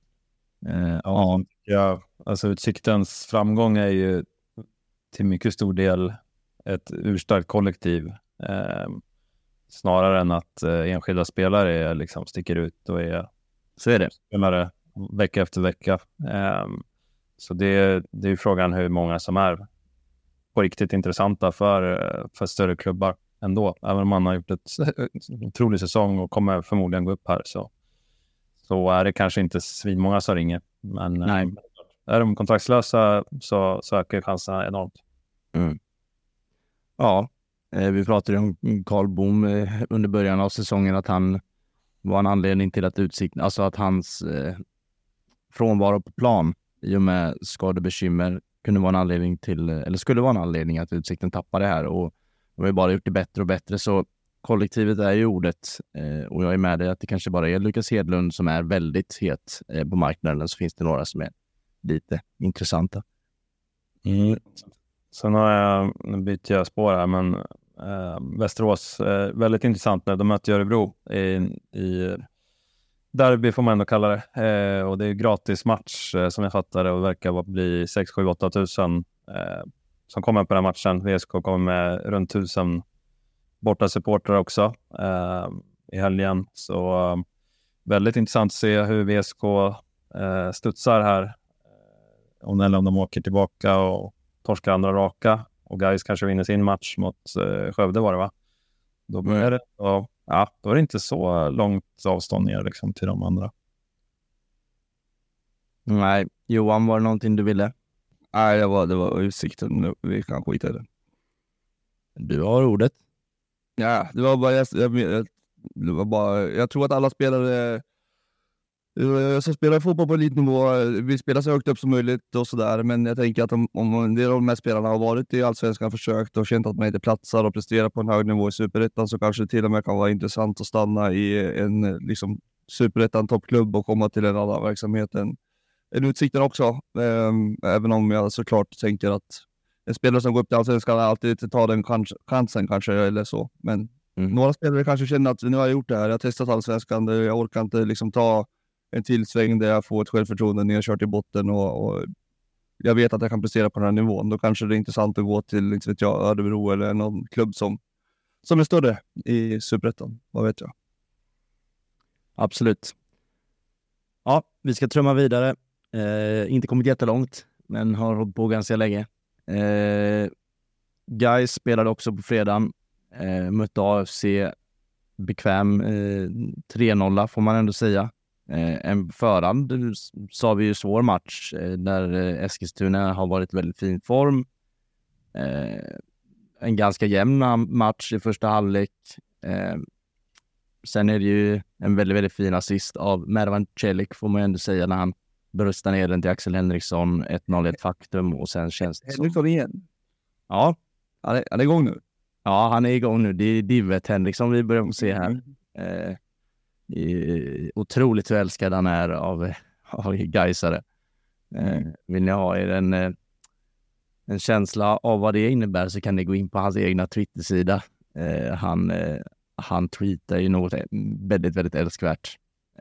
ja, alltså Utsiktens framgång är ju till mycket stor del ett urstarkt kollektiv. Snarare än att enskilda spelare liksom sticker ut och så är det. Spelare vecka efter vecka. Så det är ju frågan hur många som är på riktigt intressanta för större klubbar ändå. Även om man har gjort en otrolig säsong och kommer förmodligen gå upp här, så är det kanske inte svinmånga som ringer. Men nej. Är de kontraktslösa så ökar chanserna enormt. Ja, vi pratade om Karl Bom under början av säsongen, att han var en anledning till att Utsikten, alltså att hans frånvaro på plan i och med skadebekymmer kunde vara en anledning till, eller skulle vara en anledning att Utsikten tappade det här, och de har ju bara gjort det bättre och bättre. Så kollektivet är ju ordet, och jag är med dig att det kanske bara är Lukas Hedlund som är väldigt het på marknaden, så finns det några som är lite intressanta. Sen nu byter jag spår här, men Västerås väldigt intressant när de möter Örebro i derby, får man ändå kalla det. Och det är gratis match som jag fattar det, och verkar bli 6, 7, 8 tusen som kommer på den matchen. VSK kommer med runt 1000 borta supportrar också i helgen. Så väldigt intressant att se hur VSK studsar här. Om de åker tillbaka och torskar andra raka, och Gais kanske vinner sin match mot Skövde, var det va? Då börjar det, då är det inte så långt avstånd ner liksom till de andra. Nej, Johan, var det någonting du ville? Nej, det var Utsikten. Vi kan skita i det. Du har ordet. Ja, det var bara jag tror att alla spelare som spelar fotboll på elitnivå vill spela så högt upp som möjligt och sådär, men jag tänker att om en del av de här spelarna har varit i Allsvenskan, försökt och känt att man inte platsar och presterar på en hög nivå i Superettan, så kanske det till och med kan vara intressant att stanna i en liksom Superettan toppklubb och komma till en annan verksamhet än utsikten också. Även om jag såklart tänker att en spelare som går upp till Allsvenskan alltid inte ta den chansen kanske eller så. Men några spelare kanske känner att nu har jag gjort det här. Jag har testat Allsvenskan. Jag orkar inte liksom ta en tillsväng där jag får ett självförtroende när jag kört i botten och jag vet att jag kan prestera på den här nivån. Då kanske det är intressant att gå till, inte vet jag, Örebro eller någon klubb som är större i Superettan. Vad vet jag? Absolut. Ja, vi ska trumma vidare. Inte kommit jättelångt, men har hållit på ganska länge. Gais spelade också på fredagen. Mötte AFC bekväm 3-0 får man ändå säga. En förhand sa vi ju svår match där Eskilstuna har varit i väldigt fin form. En ganska jämn match i första halvlek. Sen är det ju en väldigt, väldigt fin assist av Mervan Celik får man ändå säga när han bröstar ner den till Axel Henriksson. 1-0 ett faktum och sen känns det så. Henriksson igen? Ja. Han är igång nu? Ja, han är igång nu. Det är Divet Henriksson vi börjar få se här. Otroligt älskad han är av Gaisare. Vill ni ha er en känsla av vad det innebär så kan ni gå in på hans egna Twitter-sida. Han tweetar ju något väldigt, väldigt älskvärt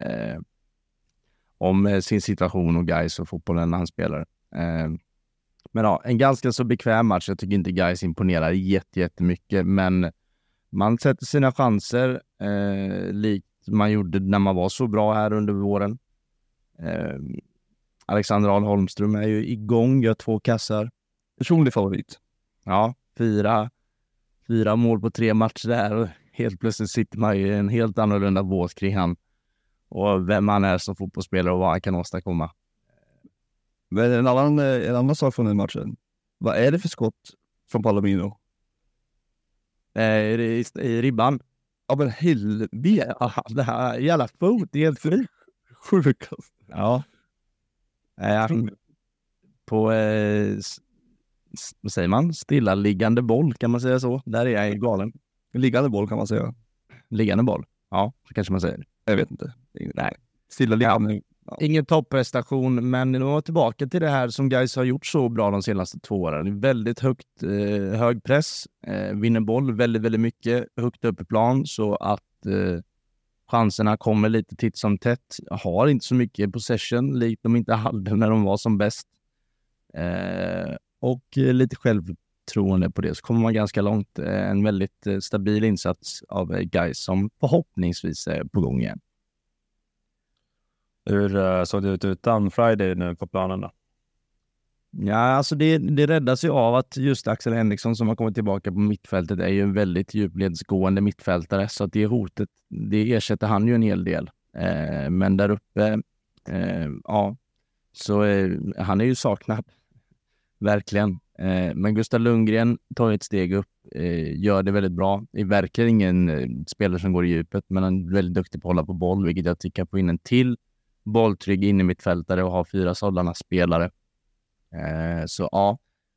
om sin situation och Gais och fotbollen när han spelar. Men ja, en ganska så bekväm match. Jag tycker inte Gais imponerar jättemycket, men man sätter sina chanser likt man gjorde när man var så bra här under våren. Alexander Ahl Holmström är ju igång, gör 2 kassar. Personlig favorit. Ja, 4 mål på 3 matcher där och helt plötsligt sitter man ju i en helt annorlunda båt kring han och vem han är som fotbollsspelare och vad han kan åstadkomma. Men en annan sak från den matchen. Vad är det för skott från Palomino? I ribban. Ja men helvete. Det här jävla fot, det är helt sjukast. Ja. På vad säger man? Stillaliggande boll, kan man säga så? Där är jag galen. Liggande boll kan man säga. Liggande boll? Ja, så kanske man säger. Jag vet inte. Nej. Stillaliggande. Ja. Ingen topprestation, men nu var tillbaka till det här som Gais har gjort så bra de senaste 2 åren. Väldigt hög press, vinner boll väldigt, väldigt mycket högt upp i plan så att chanserna kommer lite titt som tätt. Har inte så mycket possession, likt de inte hade när de var som bäst. Och lite självtroende på det så kommer man ganska långt. En väldigt stabil insats av Gais som förhoppningsvis är på gång igen. Hur såg det ut utan Friday nu på planen då? Ja, alltså det räddas ju av att just Axel Henriksson som har kommit tillbaka på mittfältet är ju en väldigt djupledsgående mittfältare så att det hotet, det ersätter han ju en hel del. Men där uppe, ja, så han är ju saknad. Verkligen. Men Gustav Lundgren tar ett steg upp, gör det väldigt bra. Det är verkligen ingen spelare som går i djupet, men han är väldigt duktig på att hålla på boll, vilket jag tycker kan få in en till bolltrygg in i mittfältare och ha 4 sådana spelare. Så ja.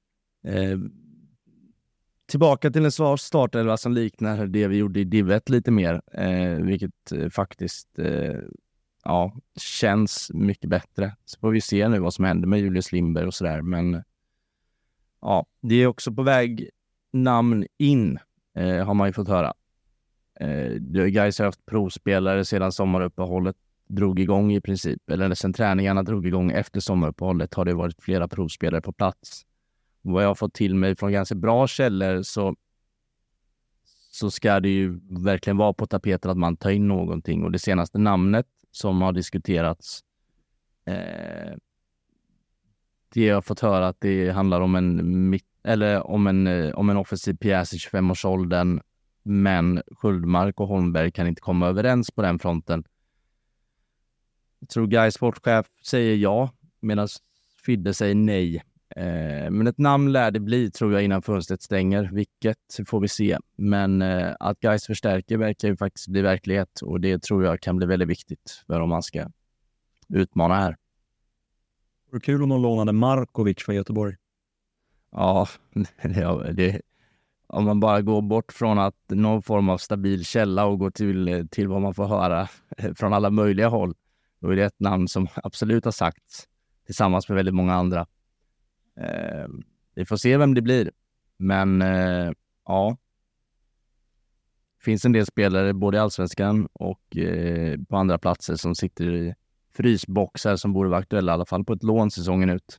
Tillbaka till en startelva som liknar det vi gjorde i Divet lite mer, vilket faktiskt ja, känns mycket bättre. Så får vi se nu vad som händer med Julius Lindberg och sådär, men ja, det är också på väg namn in, har man ju fått höra. Gais har haft provspelare sedan sommaruppehållet drog igång i princip, eller sen träningarna drog igång efter sommaruppehållet har det varit flera provspelare på plats. Vad jag har fått till mig från ganska bra källor så ska det ju verkligen vara på tapeten att man tar in någonting, och det senaste namnet som har diskuterats det jag har fått höra att det handlar om en offensiv pjäs i 25-årsåldern, men Sköldmark och Holmberg kan inte komma överens på den fronten. Jag tror Gais sportchef säger ja, medan Fidde säger nej. Men ett namn lär det bli, tror jag, innan fönstret stänger. Vilket får vi se. Men att Gais förstärker verkar ju faktiskt bli verklighet, och det tror jag kan bli väldigt viktigt för om man ska utmana här. Det var kul om de lånade Markovic från Göteborg. Ja, om man bara går bort från att någon form av stabil källa och går till vad man får höra från alla möjliga håll, då är det ett namn som absolut har sagts tillsammans med väldigt många andra. Vi får se vem det blir. Men ja, det finns en del spelare både i Allsvenskan och på andra platser som sitter i frysboxar som borde vara aktuella i alla fall på ett lån säsongen ut.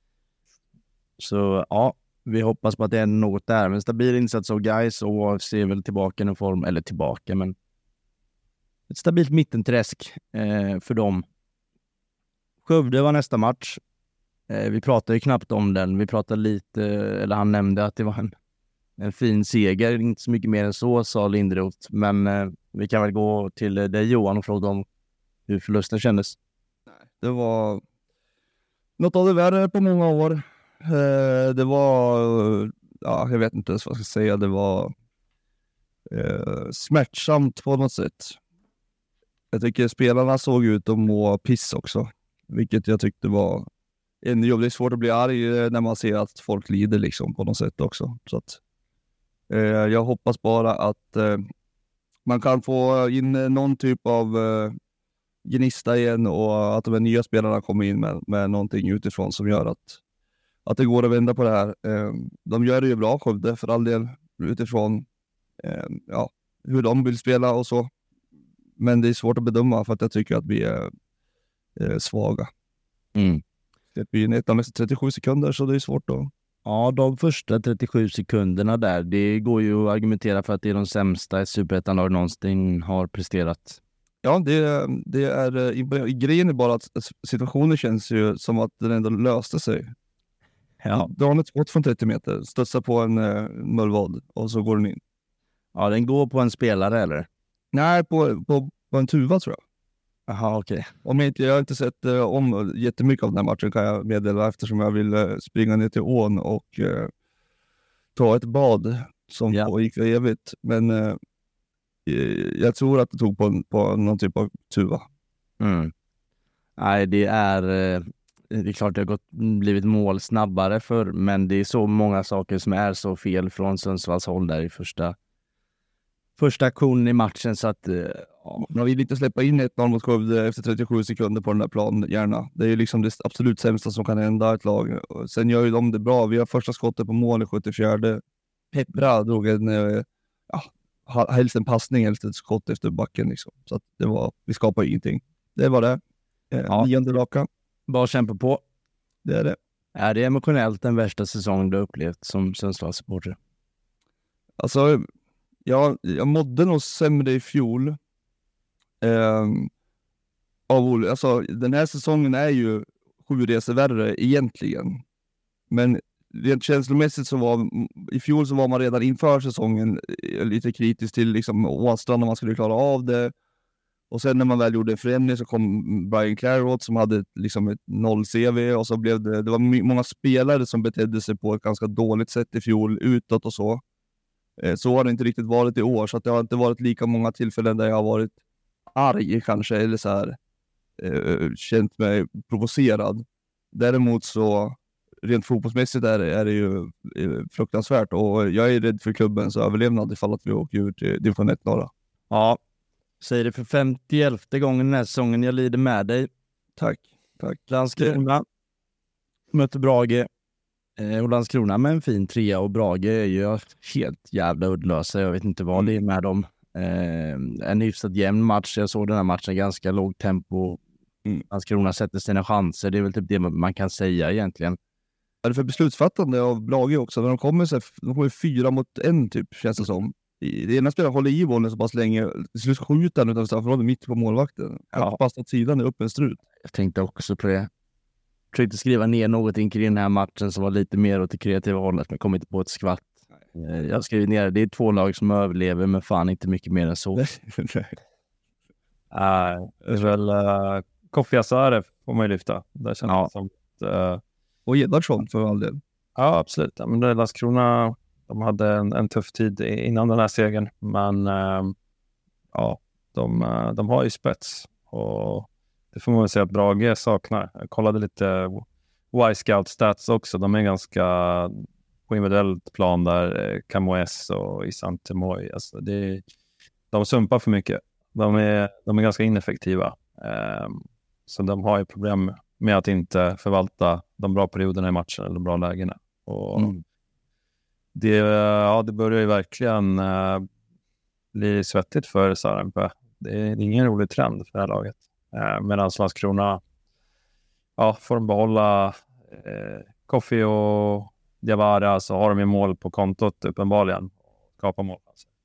Så ja, vi hoppas på att det är något där. Men stabil insats av guys och AFC är väl tillbaka i någon form, eller tillbaka, men ett stabilt mittenträsk för dem. Skövde var nästa match. Vi pratade ju knappt om den. Vi pratade lite, eller han nämnde att det var en fin seger. Inte så mycket mer än så, sa Lindroth. Men vi kan väl gå till dig, Johan, och fråga om hur förlusten kändes. Det var något av det värre på många år. Det var, ja, jag vet inte ens vad jag ska säga. Det var smärtsamt på något sätt. Jag tycker spelarna såg ut att må piss också. Vilket jag tyckte var en jobb. Det är svårt att bli arg när man ser att folk lider liksom på något sätt också. Så att, jag hoppas bara att man kan få in någon typ av gnista igen och att de nya spelarna kommer in med någonting utifrån som gör att det går att vända på det här. De gör det ju bra, Skövde, för all del, utifrån hur de vill spela och så. Men det är svårt att bedöma för att jag tycker att vi är svaga. Det blir nästan 37 sekunder, så det är svårt att... Ja, de första 37 sekunderna där, det går ju att argumentera för att det är de sämsta ett superettanlag någonsin har presterat. Ja, det är grejen är bara att situationen känns ju som att den ändå löste sig. Ja. Drar ett skott från 30 meter, studsar på en mullvad och så går den in. Ja, den går på en spelare, eller? Nej, på en tuva tror jag. Jaha, okej. Jag har inte sett om jättemycket av den här matchen, kan jag meddela, eftersom jag vill springa ner till ån och ta ett bad som gick för evigt. Men jag tror att det tog på någon typ av tuva. Nej, det är klart det har blivit mål snabbare för, men det är så många saker som är så fel från Sundsvalls håll där i första aktionen i matchen, så att man vill inte släppa in 1-0 mot Skövde efter 37 sekunder på den där planen, gärna. Det är ju liksom det absolut sämsta som kan hända ett lag. Sen gör ju de det bra. Vi har första skottet på mål i 74. Peppra drog helst en passning, helst ett skott efter backen liksom. Så att vi skapar ingenting. Det var det. 9:e raka. Bara kämpa på. Det är det. Är det emotionellt den värsta säsongen du upplevt som Sundsvallssupporter? Alltså, jag mådde nog sämre i fjol. Alltså, den här säsongen är ju 7 resor värre egentligen. Men rent känslomässigt i fjol så var man redan inför säsongen lite kritisk till liksom Åstrand, om man skulle klara av det. Och sen när man väl gjorde en förändring så kom Brian Clairot som hade liksom ett 0-CV, och så blev det var många spelare som betedde sig på ett ganska dåligt sätt i fjol utåt och så. Så har det inte riktigt varit i år, så att det har inte varit lika många tillfällen där jag har varit arg kanske, eller så här känt mig provocerad. Däremot så rent fotbollsmässigt är det ju fruktansvärt, och jag är rädd för klubbens överlevnad ifall att vi åker ut till division 1 norra. Ja, säger det för 50:e gången den här säsongen. Jag lider med dig. Tack. Landskrona möter Brage. Och Landskrona med en fin 3, och Brage är ju helt jävla uddlösa. Jag vet inte vad det är med dem. En hyfsat jämn match. Jag såg den här matchen ganska lågt tempo. Landskrona sätter sina chanser. Det är väl typ det man kan säga egentligen. Är det för beslutsfattande av Brage också? När de kommer 4 mot 1 typ, känns det som. Det ena spelar håller i bollen så pass länge. Det skulle skjuta den utan straffområdet mitt på målvakten. Ja. Fast åt sidan är upp en strut. Jag tänkte också på det. Försökte skriva ner något kring den här matchen som var lite mer åt det kreativa hållet, men kom inte på ett skvatt. Jag skrev ner det är 2 lag som överlever, men fan inte mycket mer än så. Det är väl Kofi Asare får man ju lyfta. Det känns som och Edvardsson för all del. Ja, absolut. Men det är Landskrona, de hade en tuff tid innan den här segern, men de har ju spets, och det får man väl säga att Brage saknar. Jag kollade lite Y-Scout stats också. De är ganska på individuellt plan där. Camoes och Isan Temoy. Alltså de sumpar för mycket. De är ganska ineffektiva. Så de har ju problem med att inte förvalta de bra perioderna i matchen eller de bra lägena. Och det börjar ju verkligen bli svettigt för Sarenpää. Det är ingen rolig trend för det här laget. Medan Landskrona får de behålla Koffi och Diawara, så har de ju mål på kontot uppenbarligen. Skapa mål.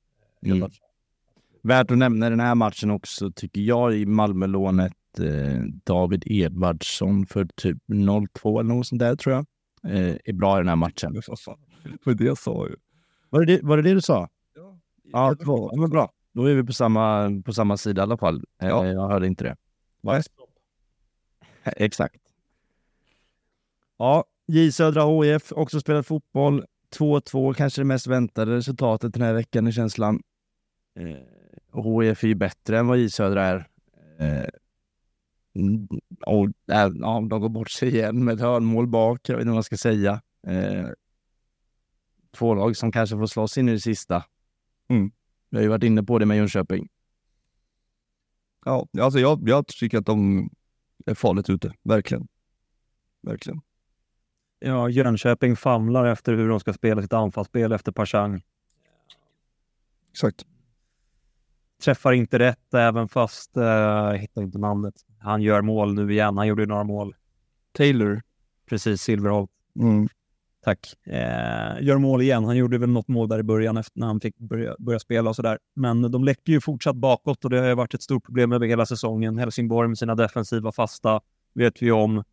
Värt att nämna den här matchen också tycker jag i Malmölånet David Edvardsson för typ 0-2 eller något sånt där tror jag. Är bra i den här matchen. För det jag sa ju. Var det du sa? Ja, men bra. Då är vi på samma sida i alla fall. Jag hörde inte det. Exakt. Ja, J Södra HIF också spelat fotboll. 2-2, kanske det mest väntade resultatet den här veckan i känslan. HIF är ju bättre än vad J Södra är. De går bort sig igen med ett hörnmål bak. Jag vet inte vad man ska säga. Två lag som kanske får slåss in i det sista. Vi har ju varit inne på det med Jönköping. Ja, alltså jag tycker att de är farligt ute. Verkligen. Ja, Jönköping famlar efter hur de ska spela sitt anfallsspel efter Pashang. Exakt. Träffar inte rätt även fast jag hittar inte namnet. Han gör mål nu igen. Han gjorde några mål. Taylor. Precis, Silverholt. Tack. Gör mål igen. Han gjorde väl något mål där i början efter när han fick börja spela och sådär. Men de läcker ju fortsatt bakåt och det har varit ett stort problem över hela säsongen. Helsingborg med sina defensiva fasta vet vi om.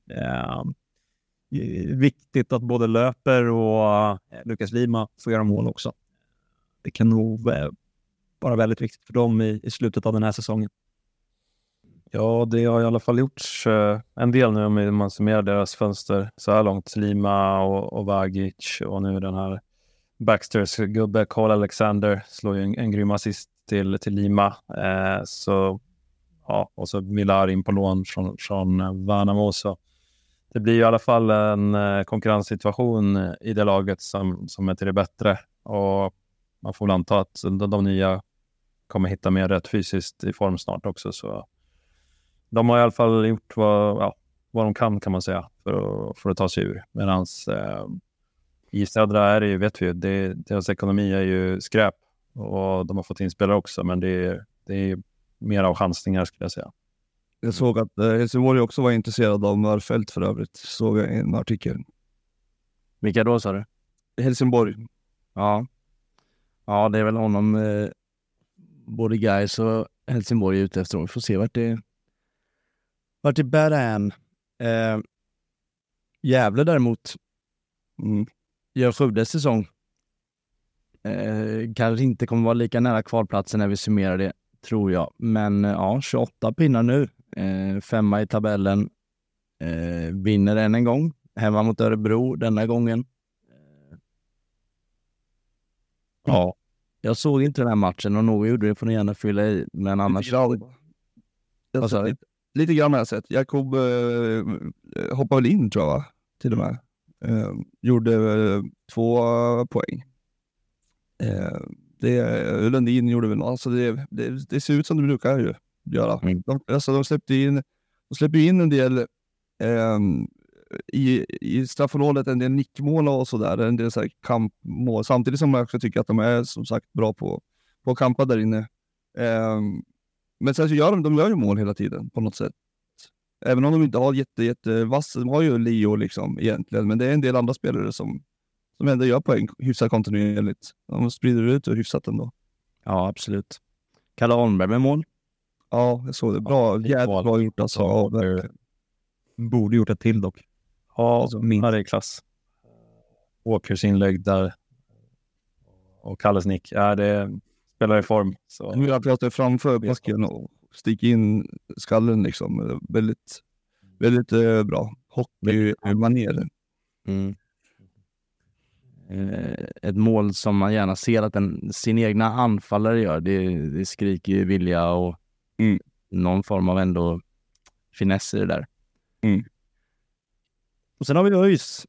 Viktigt att både Löper och Lukas Lima får göra mål också. Det kan nog vara väldigt viktigt för dem i slutet av den här säsongen. Ja, det har i alla fall gjorts en del nu om man summerar deras fönster så här långt. Lima och Vagic och nu den här Baxters gubbe Cole Alexander slår ju en grym assist till Lima. Och så Villar in på lån från Värnamo. Så det blir ju i alla fall en konkurrenssituation i det laget som är till det bättre. Och man får väl anta att de nya kommer hitta mer rätt fysiskt i form snart också. Så de har i alla fall gjort vad de kan man säga för att ta sig ur. Medan i Södra är det ju, vet vi, deras ekonomi är ju skräp. Och de har fått in spelare också, men det är mer av chansningar skulle jag säga. Jag såg att Helsingborg också var intresserad av Mörfält för övrigt. Såg jag i en artikel. Vilka då sa du? Helsingborg. Ja, det är väl honom både Gais och Helsingborg är ute efter. Vi får se vart det bär än. Gävle däremot gör Skövdes säsong. Kanske inte kommer vara lika nära kvalplatsen när vi summerar det, tror jag. Men 28 pinnar nu. 5 i tabellen. Vinner än en gång. Hemma mot Örebro denna gången. Ja, jag såg inte den här matchen och någon gjorde det får ni gärna fylla i. Men annars... Lite grann har jag sett. Jakob hoppade väl in tror jag va? Till och med. Gjorde 2 poäng. Lundin gjorde väl något. Alltså det ser ut som det brukar ju göra. De släpper in en del i straffområdet, en del nickmål och sådär. En del så här kampmål. Samtidigt som jag också tycker att de är som sagt bra på att kampa där inne. Men sen så de gör ju mål hela tiden på något sätt. Även om de inte har jättevass. De har ju Leo liksom egentligen. Men det är en del andra spelare som ändå gör poäng hyfsat kontinuerligt. De sprider ut och hyfsat ändå. Ja, absolut. Kalle Holmberg med mål. Ja, jag såg det. Bra. Jävligt bra gjort alltså. Ja, borde gjort ett till dock. Ja, alltså, det är klass. Åkers inlägg där. Och Kalles nick. Ja, det spelar i form. Så. Nu har jag framför basken och stick in skallen liksom. Väldigt, väldigt bra. Hockey-manér. Ett mål som man gärna ser att sin egna anfallare gör. Det skriker ju vilja och någon form av ändå finess i det där. Och sen har vi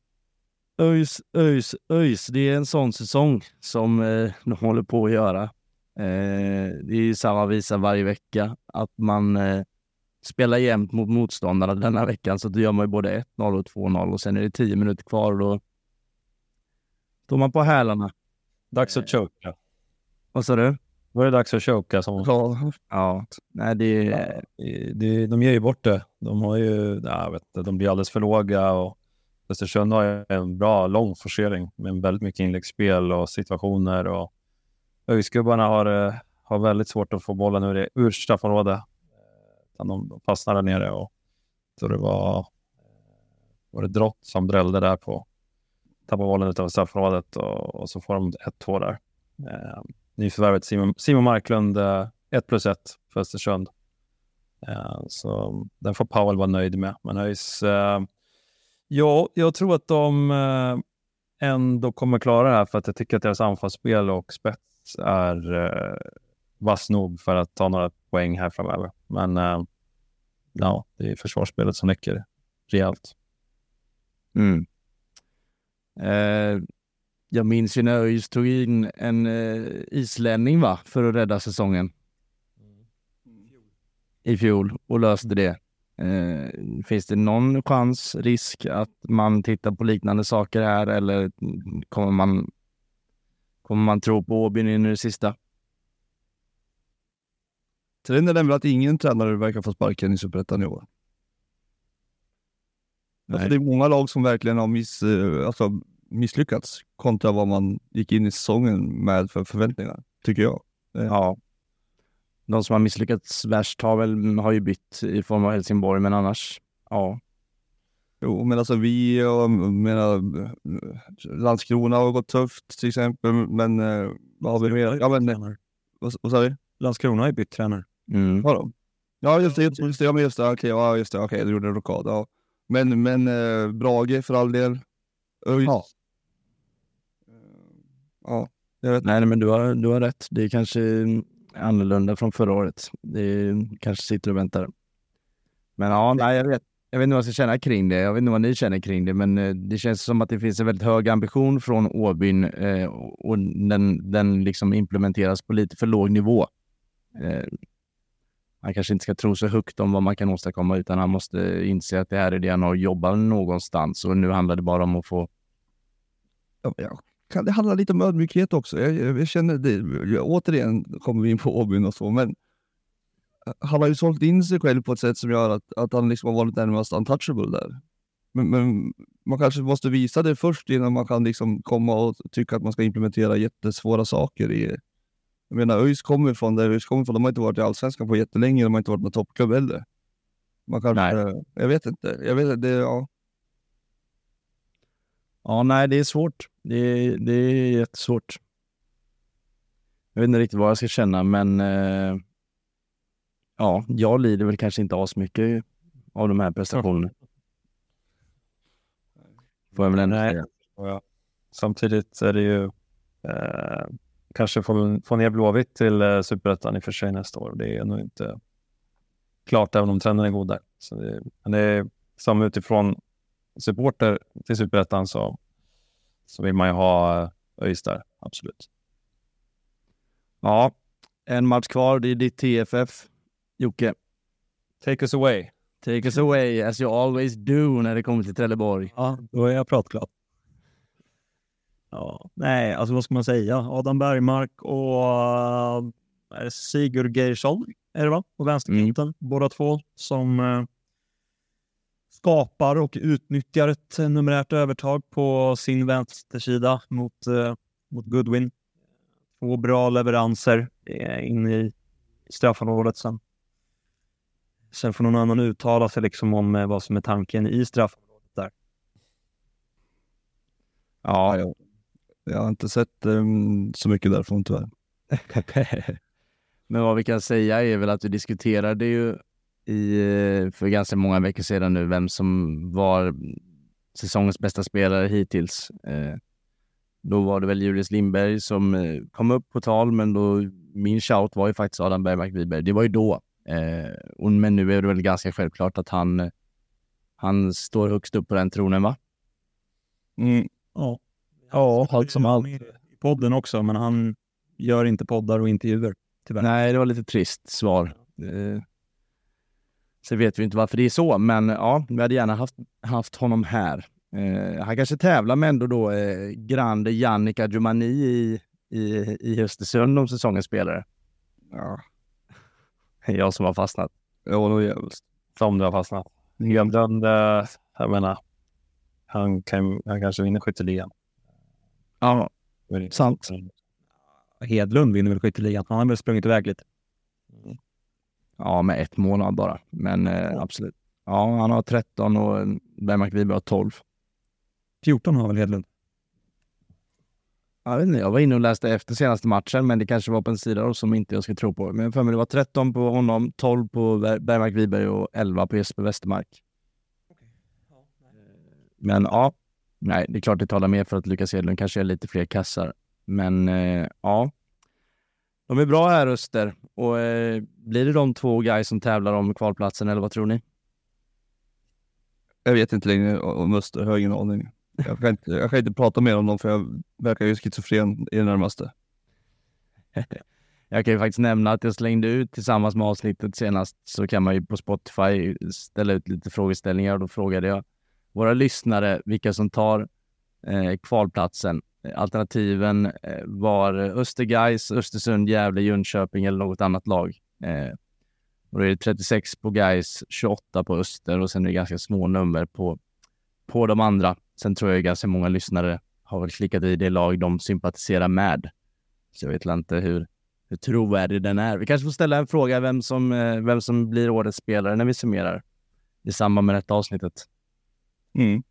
ÖIS. Det är en sån säsong som de håller på att göra. Det är ju samma visa varje vecka att man spela jämnt mot motståndarna denna veckan, så då gör man ju både 1-0 och 2-0 och sen är det 10 minuter kvar och då står man på hälarna. Dags att choka. Vad sa du? Var det dags att choka? Ja. Nej, De ger ju bort det. De har ju, jag vet inte, de blir alldeles för låga och Östersund har ju en bra lång forcering med väldigt mycket inläggsspel och situationer och Öjsgubbarna har väldigt svårt att få bollen ur straffområdet. De fastnar där nere och så det var det Drott som drällde där på tappade bollen utanför straffområdet och så får de 1-2 där. Nyförvärvet Simon Marklund 1+1 för Östersund. Så den får Powell vara nöjd med. Men ÖIS, jag tror att de ändå kommer klara det här för att jag tycker att deras anfallsspel och spets är vass nog för att ta några poäng här framöver. Men ja, det är försvarsspelet som räcker rejält. Jag minns ju när ÖIS tog in en islänning för att rädda säsongen i fjol och löste det. Finns det någon risk att man tittar på liknande saker här eller kommer man tro på Åbyn in i det sista? Trenden är väl att ingen tränare verkar få sparken i Superettan i år. Alltså det är många lag som verkligen har misslyckats kontra vad man gick in i säsongen med för förväntningar, tycker jag. Ja. De som har misslyckats värst har ju bytt i form av Helsingborg, men annars, ja. Jo, men alltså Landskrona har gått tufft till exempel, men vad har vi mer? Ja, men vad sa vi? Landskrona har ju bytt tränare. Har de? Ja, just det. Okej, det gjorde en rockad. Ja. Men Brage för all del. Ja. Ja, jag vet. Nej, men du har rätt. Det är kanske annorlunda från förra året. Det kanske sitter och väntar. Men ja, nej, jag vet inte vad jag ska känna kring det. Jag vet inte vad ni känner kring det, men det känns som att det finns en väldigt hög ambition från Åbyn och den liksom implementeras på lite för låg nivå. Han kanske inte ska tro så högt om vad man kan åstadkomma, utan han måste inse att det här är det han har jobbat någonstans och nu handlar det bara om att få... Kan det handla lite om ödmjukhet också? Jag känner det. Återigen kommer vi in på Åbyn och så, men han har ju sålt in sig själv på ett sätt som gör att han liksom har varit närmast untouchable där. Men man kanske måste visa det först innan man kan liksom komma och tycka att man ska implementera jättesvåra saker i... Jag menar, ÖIS kommer från där ÖIS kommer från. De har inte varit i Allsvenskan på jättelänge. De har inte varit med toppklubb heller. Man kanske... Jag vet inte. Ja. Ja, nej, det är svårt. Det är jättesvårt. Jag vet inte riktigt vad jag ska känna, men ja, jag lider väl kanske inte så mycket av de här prestationerna. Får jag väl ändå säga. Ja. Samtidigt är det ju kanske få ner Blåvitt till Superettan i för sig nästa år. Det är nog inte klart även om trenden är god där. Men det är som utifrån supporter till Superettan så vill man ju ha ÖIS där, absolut. Ja, en match kvar, det är ditt TFF. Jocke. Take us away. Take us away, as you always do när det kommer till Trelleborg. Ja, då är jag pratglad. Ja, nej, alltså vad ska man säga? Adam Bergmark och Sigurd Geirsson är det va? På vänsterkanten, båda två som skapar och utnyttjar ett numerärt övertag på sin vänstersida mot Goodwin. Två bra leveranser in i straffområdet sen får någon annan uttala sig liksom om vad som är tanken i straffområdet där. Ja, jag har inte sett så mycket därifrån tyvärr. Men vad vi kan säga är väl att vi diskuterade ju för ganska många veckor sedan nu vem som var säsongens bästa spelare hittills. Då var det väl Julius Lindberg som kom upp på tal, men då min shout var ju faktiskt Adam Bergmark Wiberg. Det var ju då. Men nu är det väl ganska självklart att han står högst upp på den tronen, va? Ja, allt som allt. I podden också, men han gör inte poddar och intervjuer, tyvärr. Nej, det var lite trist svar. Så vet vi inte varför det är så, men ja, vi hade gärna haft honom här. Han kanske tävlar med ändå då grande Jannik Adjumani i Östersund om säsongens spelare. Ja. Jag som har fastnat. Jag var nog jävligt. Som du har fastnat. Hedlund, jag menar, han kanske vinner skytteligan. Ja, sant. Hedlund vinner väl skytteligan. Han har väl sprungit iväg lite. Ja, med 1 månad bara. Men absolut. Ja, han har 13 och Bergmark Wiberg har 12. 14 har väl Hedlund? Jag vet inte, jag var inne och läste efter senaste matchen, men det kanske var på en sida då som inte jag ska tro på. Men för mig det var 13 på honom, 12 på Bergmark Wiberg och 11 på Jesper Westermark. Men ja, nej, det är klart det talar mer för att Lukas Hedlund kanske är lite fler kassar. Men ja, de är bra här Öster. Och blir det de 2 guys som tävlar om kvalplatsen eller vad tror ni? Jag vet inte längre om Öster, jag har ingen aning. Jag kan inte prata mer om dem för jag verkar ju schizofren i det närmaste. Jag kan ju faktiskt nämna att jag slängde ut tillsammans med avsnittet senast, så kan man ju på Spotify ställa ut lite frågeställningar, och då frågade jag våra lyssnare vilka som tar kvalplatsen. Alternativen var Östergais, Östersund, Gävle, Jönköping eller något annat lag. Och då är det 36 på Gais, 28 på Öster och sen är det ganska små nummer på de andra. Sen tror jag ganska många lyssnare har väl klickat i det lag de sympatiserar med. Så jag vet inte hur trovärdig den är. Vi kanske får ställa en fråga vem som blir årets spelare när vi summerar i samband med detta avsnittet. Mm.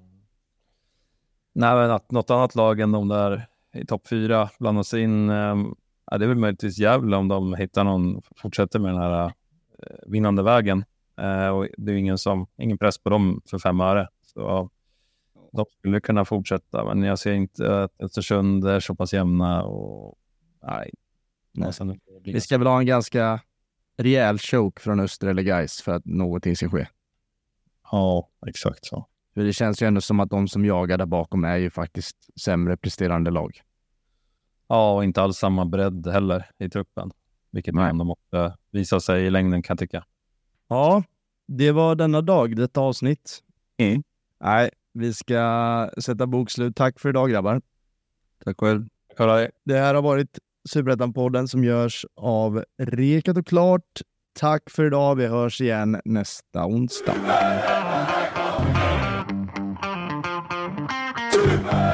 Nej, men att något annat lag än de där i topp 4 blandas in. Det är väl möjligtvis Gävle om de hittar någon, fortsätter med den här vinnande vägen. Och det är ingen press på dem för 5 öre. Så de skulle kunna fortsätta, men jag ser inte att Östersund är så pass jämna. Och nej. Vi ska väl ha en ganska rejäl choke från Öster eller Gais för att någonting ska ske. Ja, exakt så. För det känns ju ändå som att de som jagar där bakom är ju faktiskt sämre presterande lag. Ja, och inte alls samma bredd heller i truppen. Vilket man ändå måste visa sig i längden, kan jag tycka. Ja, det var denna dag, detta avsnitt. Nej, vi ska sätta bokslut. Tack för idag, grabbar. Tack själv. Det här har varit Superettan-podden som görs av Rekat och Klart. Tack för idag. Vi hörs igen nästa onsdag.